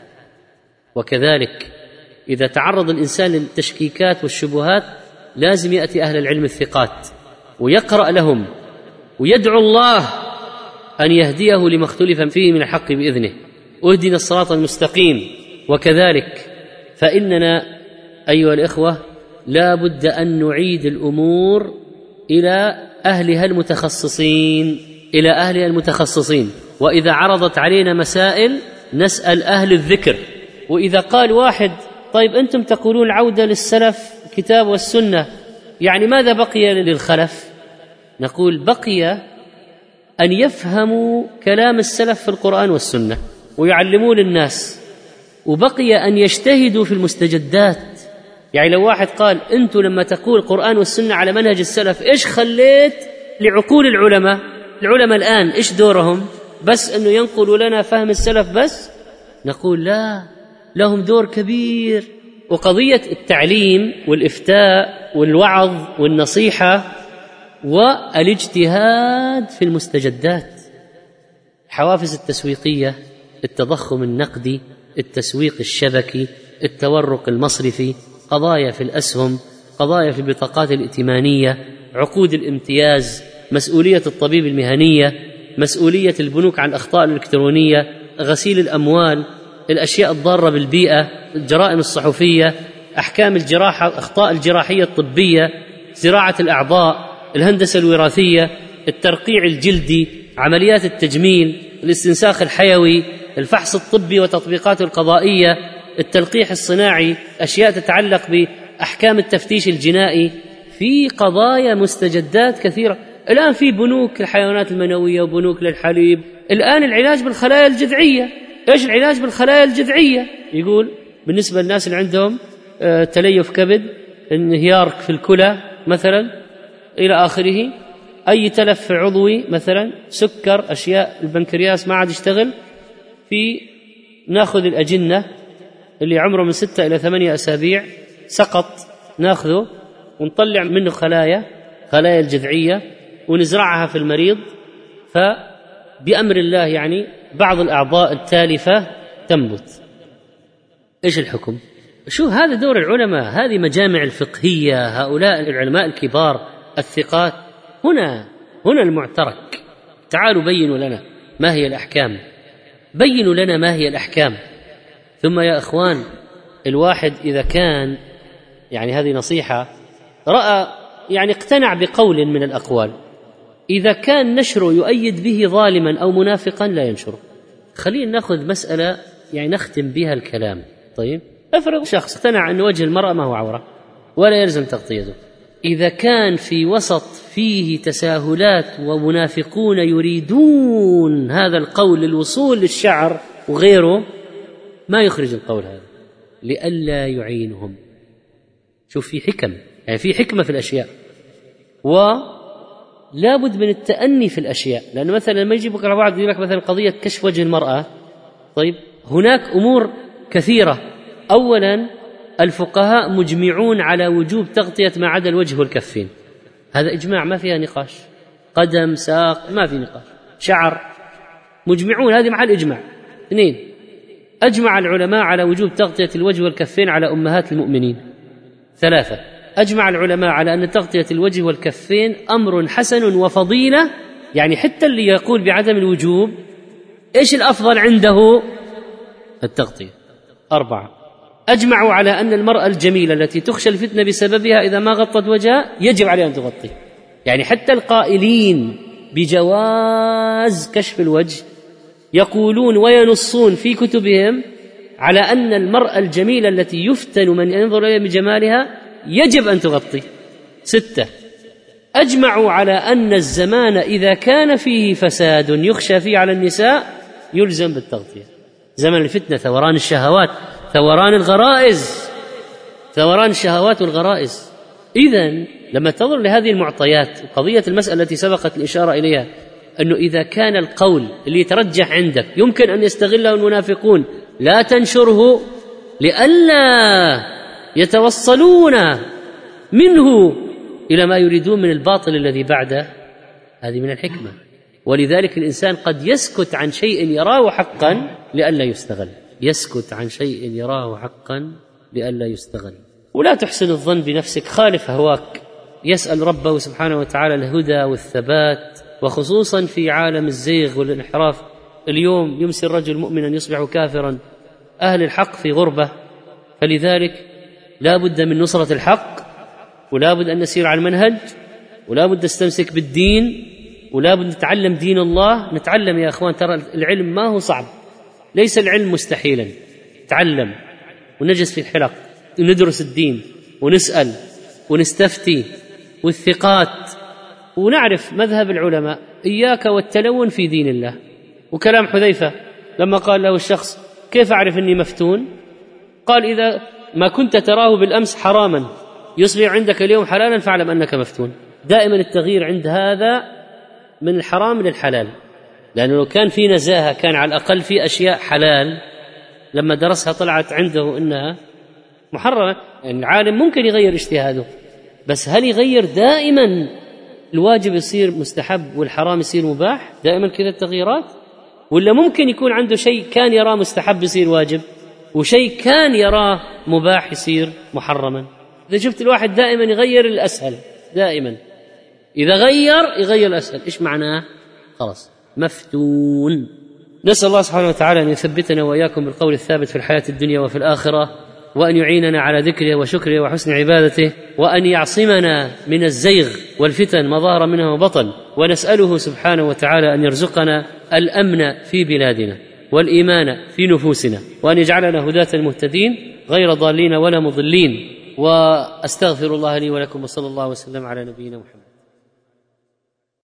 وكذلك إذا تعرض الإنسان للتشكيكات والشبهات لازم يأتي أهل العلم الثقات ويقرأ لهم ويدعو الله أن يهديه لما اختلف فيه من الحق بإذنه، اهدنا الصراط المستقيم. وكذلك فإننا أيها الإخوة لا بد أن نعيد الأمور إلى أهلها المتخصصين، وإذا عرضت علينا مسائل نسأل أهل الذكر. وإذا قال واحد طيب أنتم تقولون العودة للسلف كتاب والسنة، يعني ماذا بقي للخلف؟ نقول بقي أن يفهموا كلام السلف في القرآن والسنة ويعلمون الناس وبقي أن يجتهدوا في المستجدات. يعني لو واحد قال أنتوا لما تقول القرآن والسنة على منهج السلف إيش خليت لعقول العلماء الآن إيش دورهم؟ بس أنه ينقلوا لنا فهم السلف بس؟ نقول لا، لهم دور كبير. وقضية التعليم والإفتاء والوعظ والنصيحة والاجتهاد في المستجدات، الحوافز التسويقية، التضخم النقدي، التسويق الشبكي، التورق المصرفي، قضايا في الأسهم، قضايا في البطاقات الائتمانية، عقود الامتياز، مسؤولية الطبيب المهنية، مسؤولية البنوك عن الأخطاء الإلكترونية، غسيل الأموال، الأشياء الضارة بالبيئة، الجرائم الصحفية، أحكام الجراحة، الأخطاء الجراحية الطبية، زراعة الأعضاء، الهندسة الوراثية، الترقيع الجلدي، عمليات التجميل، الاستنساخ الحيوي، الفحص الطبي وتطبيقاته القضائية، التلقيح الصناعي، أشياء تتعلق بأحكام التفتيش الجنائي. في قضايا مستجدات كثيرة. الآن في بنوك الحيوانات المنوية وبنوك للحليب. الآن العلاج بالخلايا الجذعية. إيش العلاج بالخلايا الجذعية؟ يقول بالنسبة للناس اللي عندهم تليف كبد، انهيار في الكلى مثلا إلى آخره، أي تلف عضوي مثلا، سكر، أشياء، البنكرياس ما عاد يشتغل، في ناخذ الأجنة اللي عمره من 6 إلى 8 أسابيع سقط، ناخذه ونطلع منه خلايا الجذعية ونزرعها في المريض، فبأمر الله يعني بعض الأعضاء التالفة تنبت. إيش الحكم؟ شو هذا دور العلماء، هذه مجامع الفقهية، هؤلاء العلماء الكبار الثقات. هنا المعترك. تعالوا بينوا لنا ما هي الأحكام، بينوا لنا ما هي الأحكام. ثم يا إخوان، الواحد إذا كان، يعني هذه نصيحة، رأى يعني اقتنع بقول من الأقوال، إذا كان نشره يؤيد به ظالما أو منافقا لا ينشره. خلينا نأخذ مسألة يعني نختم بها الكلام. طيب، افرض شخص اقتنع أن وجه المرأة ما هو عورة ولا يلزم تغطيته، إذا كان في وسط فيه تساهلات ومنافقون يريدون هذا القول للوصول للشعر وغيره، ما يخرج القول هذا لئلا يعينهم. شوف، في حكم، يعني في حكمة في الأشياء، ولا بد من التأني في الأشياء. لأن مثلا لما يجي بكرة بعض يقول لك مثلا قضية كشف وجه المرأة، طيب هناك أمور كثيرة. أولا، الفقهاء مجمعون على وجوب تغطية ما عدا الوجه والكفين، هذا إجماع ما فيها نقاش. قدم، ساق، ما في نقاش. شعر، مجمعون، هذه مع الإجماع. 2، أجمع العلماء على وجوب تغطية الوجه والكفين على أمهات المؤمنين. 3، أجمع العلماء على أن تغطية الوجه والكفين أمر حسن وفضيلة، يعني حتى اللي يقول بعدم الوجوب إيش الأفضل عنده؟ التغطية. 4، أجمعوا على أن المرأة الجميلة التي تخشى الفتنة بسببها إذا ما غطت وجهها يجب عليها أن تغطي. يعني حتى القائلين بجواز كشف الوجه يقولون وينصون في كتبهم على أن المرأة الجميلة التي يفتن من ينظر إليها بجمالها يجب أن تغطي. 6، أجمعوا على أن الزمان إذا كان فيه فساد يخشى فيه على النساء يلزم بالتغطية. زمن الفتنة، ثوران الشهوات، ثوران الغرائز، ثوران الشهوات والغرائز. إذن لما تنظر لهذه المعطيات، قضية المسألة التي سبقت الإشارة إليها، أنه إذا كان القول اللي يترجح عندك يمكن أن يستغله المنافقون لا تنشره لئلا يتوصلون منه إلى ما يريدون من الباطل الذي بعده، هذه من الحكمة. ولذلك الإنسان قد يسكت عن شيء يراه حقا لئلا يستغل، يسكت عن شيء يراه حقا لئلا يستغل. ولا تحسن الظن بنفسك، خالف هواك، يسأل ربه سبحانه وتعالى الهدى والثبات، وخصوصا في عالم الزيغ والانحراف. اليوم يمسي الرجل مؤمنا يصبح كافرا، أهل الحق في غربة. فلذلك لا بد من نصرة الحق، ولا بد أن نسير على المنهج، ولا بد نستمسك بالدين، ولا بد نتعلم دين الله. نتعلم يا أخوان، ترى العلم ما هو صعب، ليس العلم مستحيلا. تعلم ونجلس في الحلق وندرس الدين ونسأل ونستفتي والثقات ونعرف مذهب العلماء. إياك والتلون في دين الله. وكلام حذيفة لما قال له الشخص كيف أعرف أني مفتون؟ قال إذا ما كنت تراه بالأمس حراما يصبح عندك اليوم حلالا فاعلم أنك مفتون. دائما التغيير عند هذا من الحرام للحلال، لأنه لو كان في نزاهة كان على الأقل في أشياء حلال لما درسها طلعت عنده إنها محرمة. يعني العالم ممكن يغير اجتهاده، بس هل يغير دائما الواجب يصير مستحب والحرام يصير مباح دائما كذا التغييرات؟ ولا ممكن يكون عنده شيء كان يراه مستحب يصير واجب، وشيء كان يراه مباح يصير محرما؟ إذا جبت الواحد دائما يغير الأسهل، دائما إذا يغير الأسهل، إيش معناه؟ خلاص مفتون. نسأل الله سبحانه وتعالى أن يثبتنا وإياكم بالقول الثابت في الحياة الدنيا وفي الآخرة، وأن يعيننا على ذكره وشكره وحسن عبادته، وأن يعصمنا من الزيغ والفتن ما ظهر منها وبطن. ونسأله سبحانه وتعالى أن يرزقنا الأمن في بلادنا والإيمان في نفوسنا، وأن يجعلنا هداة مهتدين غير ضالين ولا مضلين. وأستغفر الله لي ولكم، وصلى الله وسلم على نبينا محمد.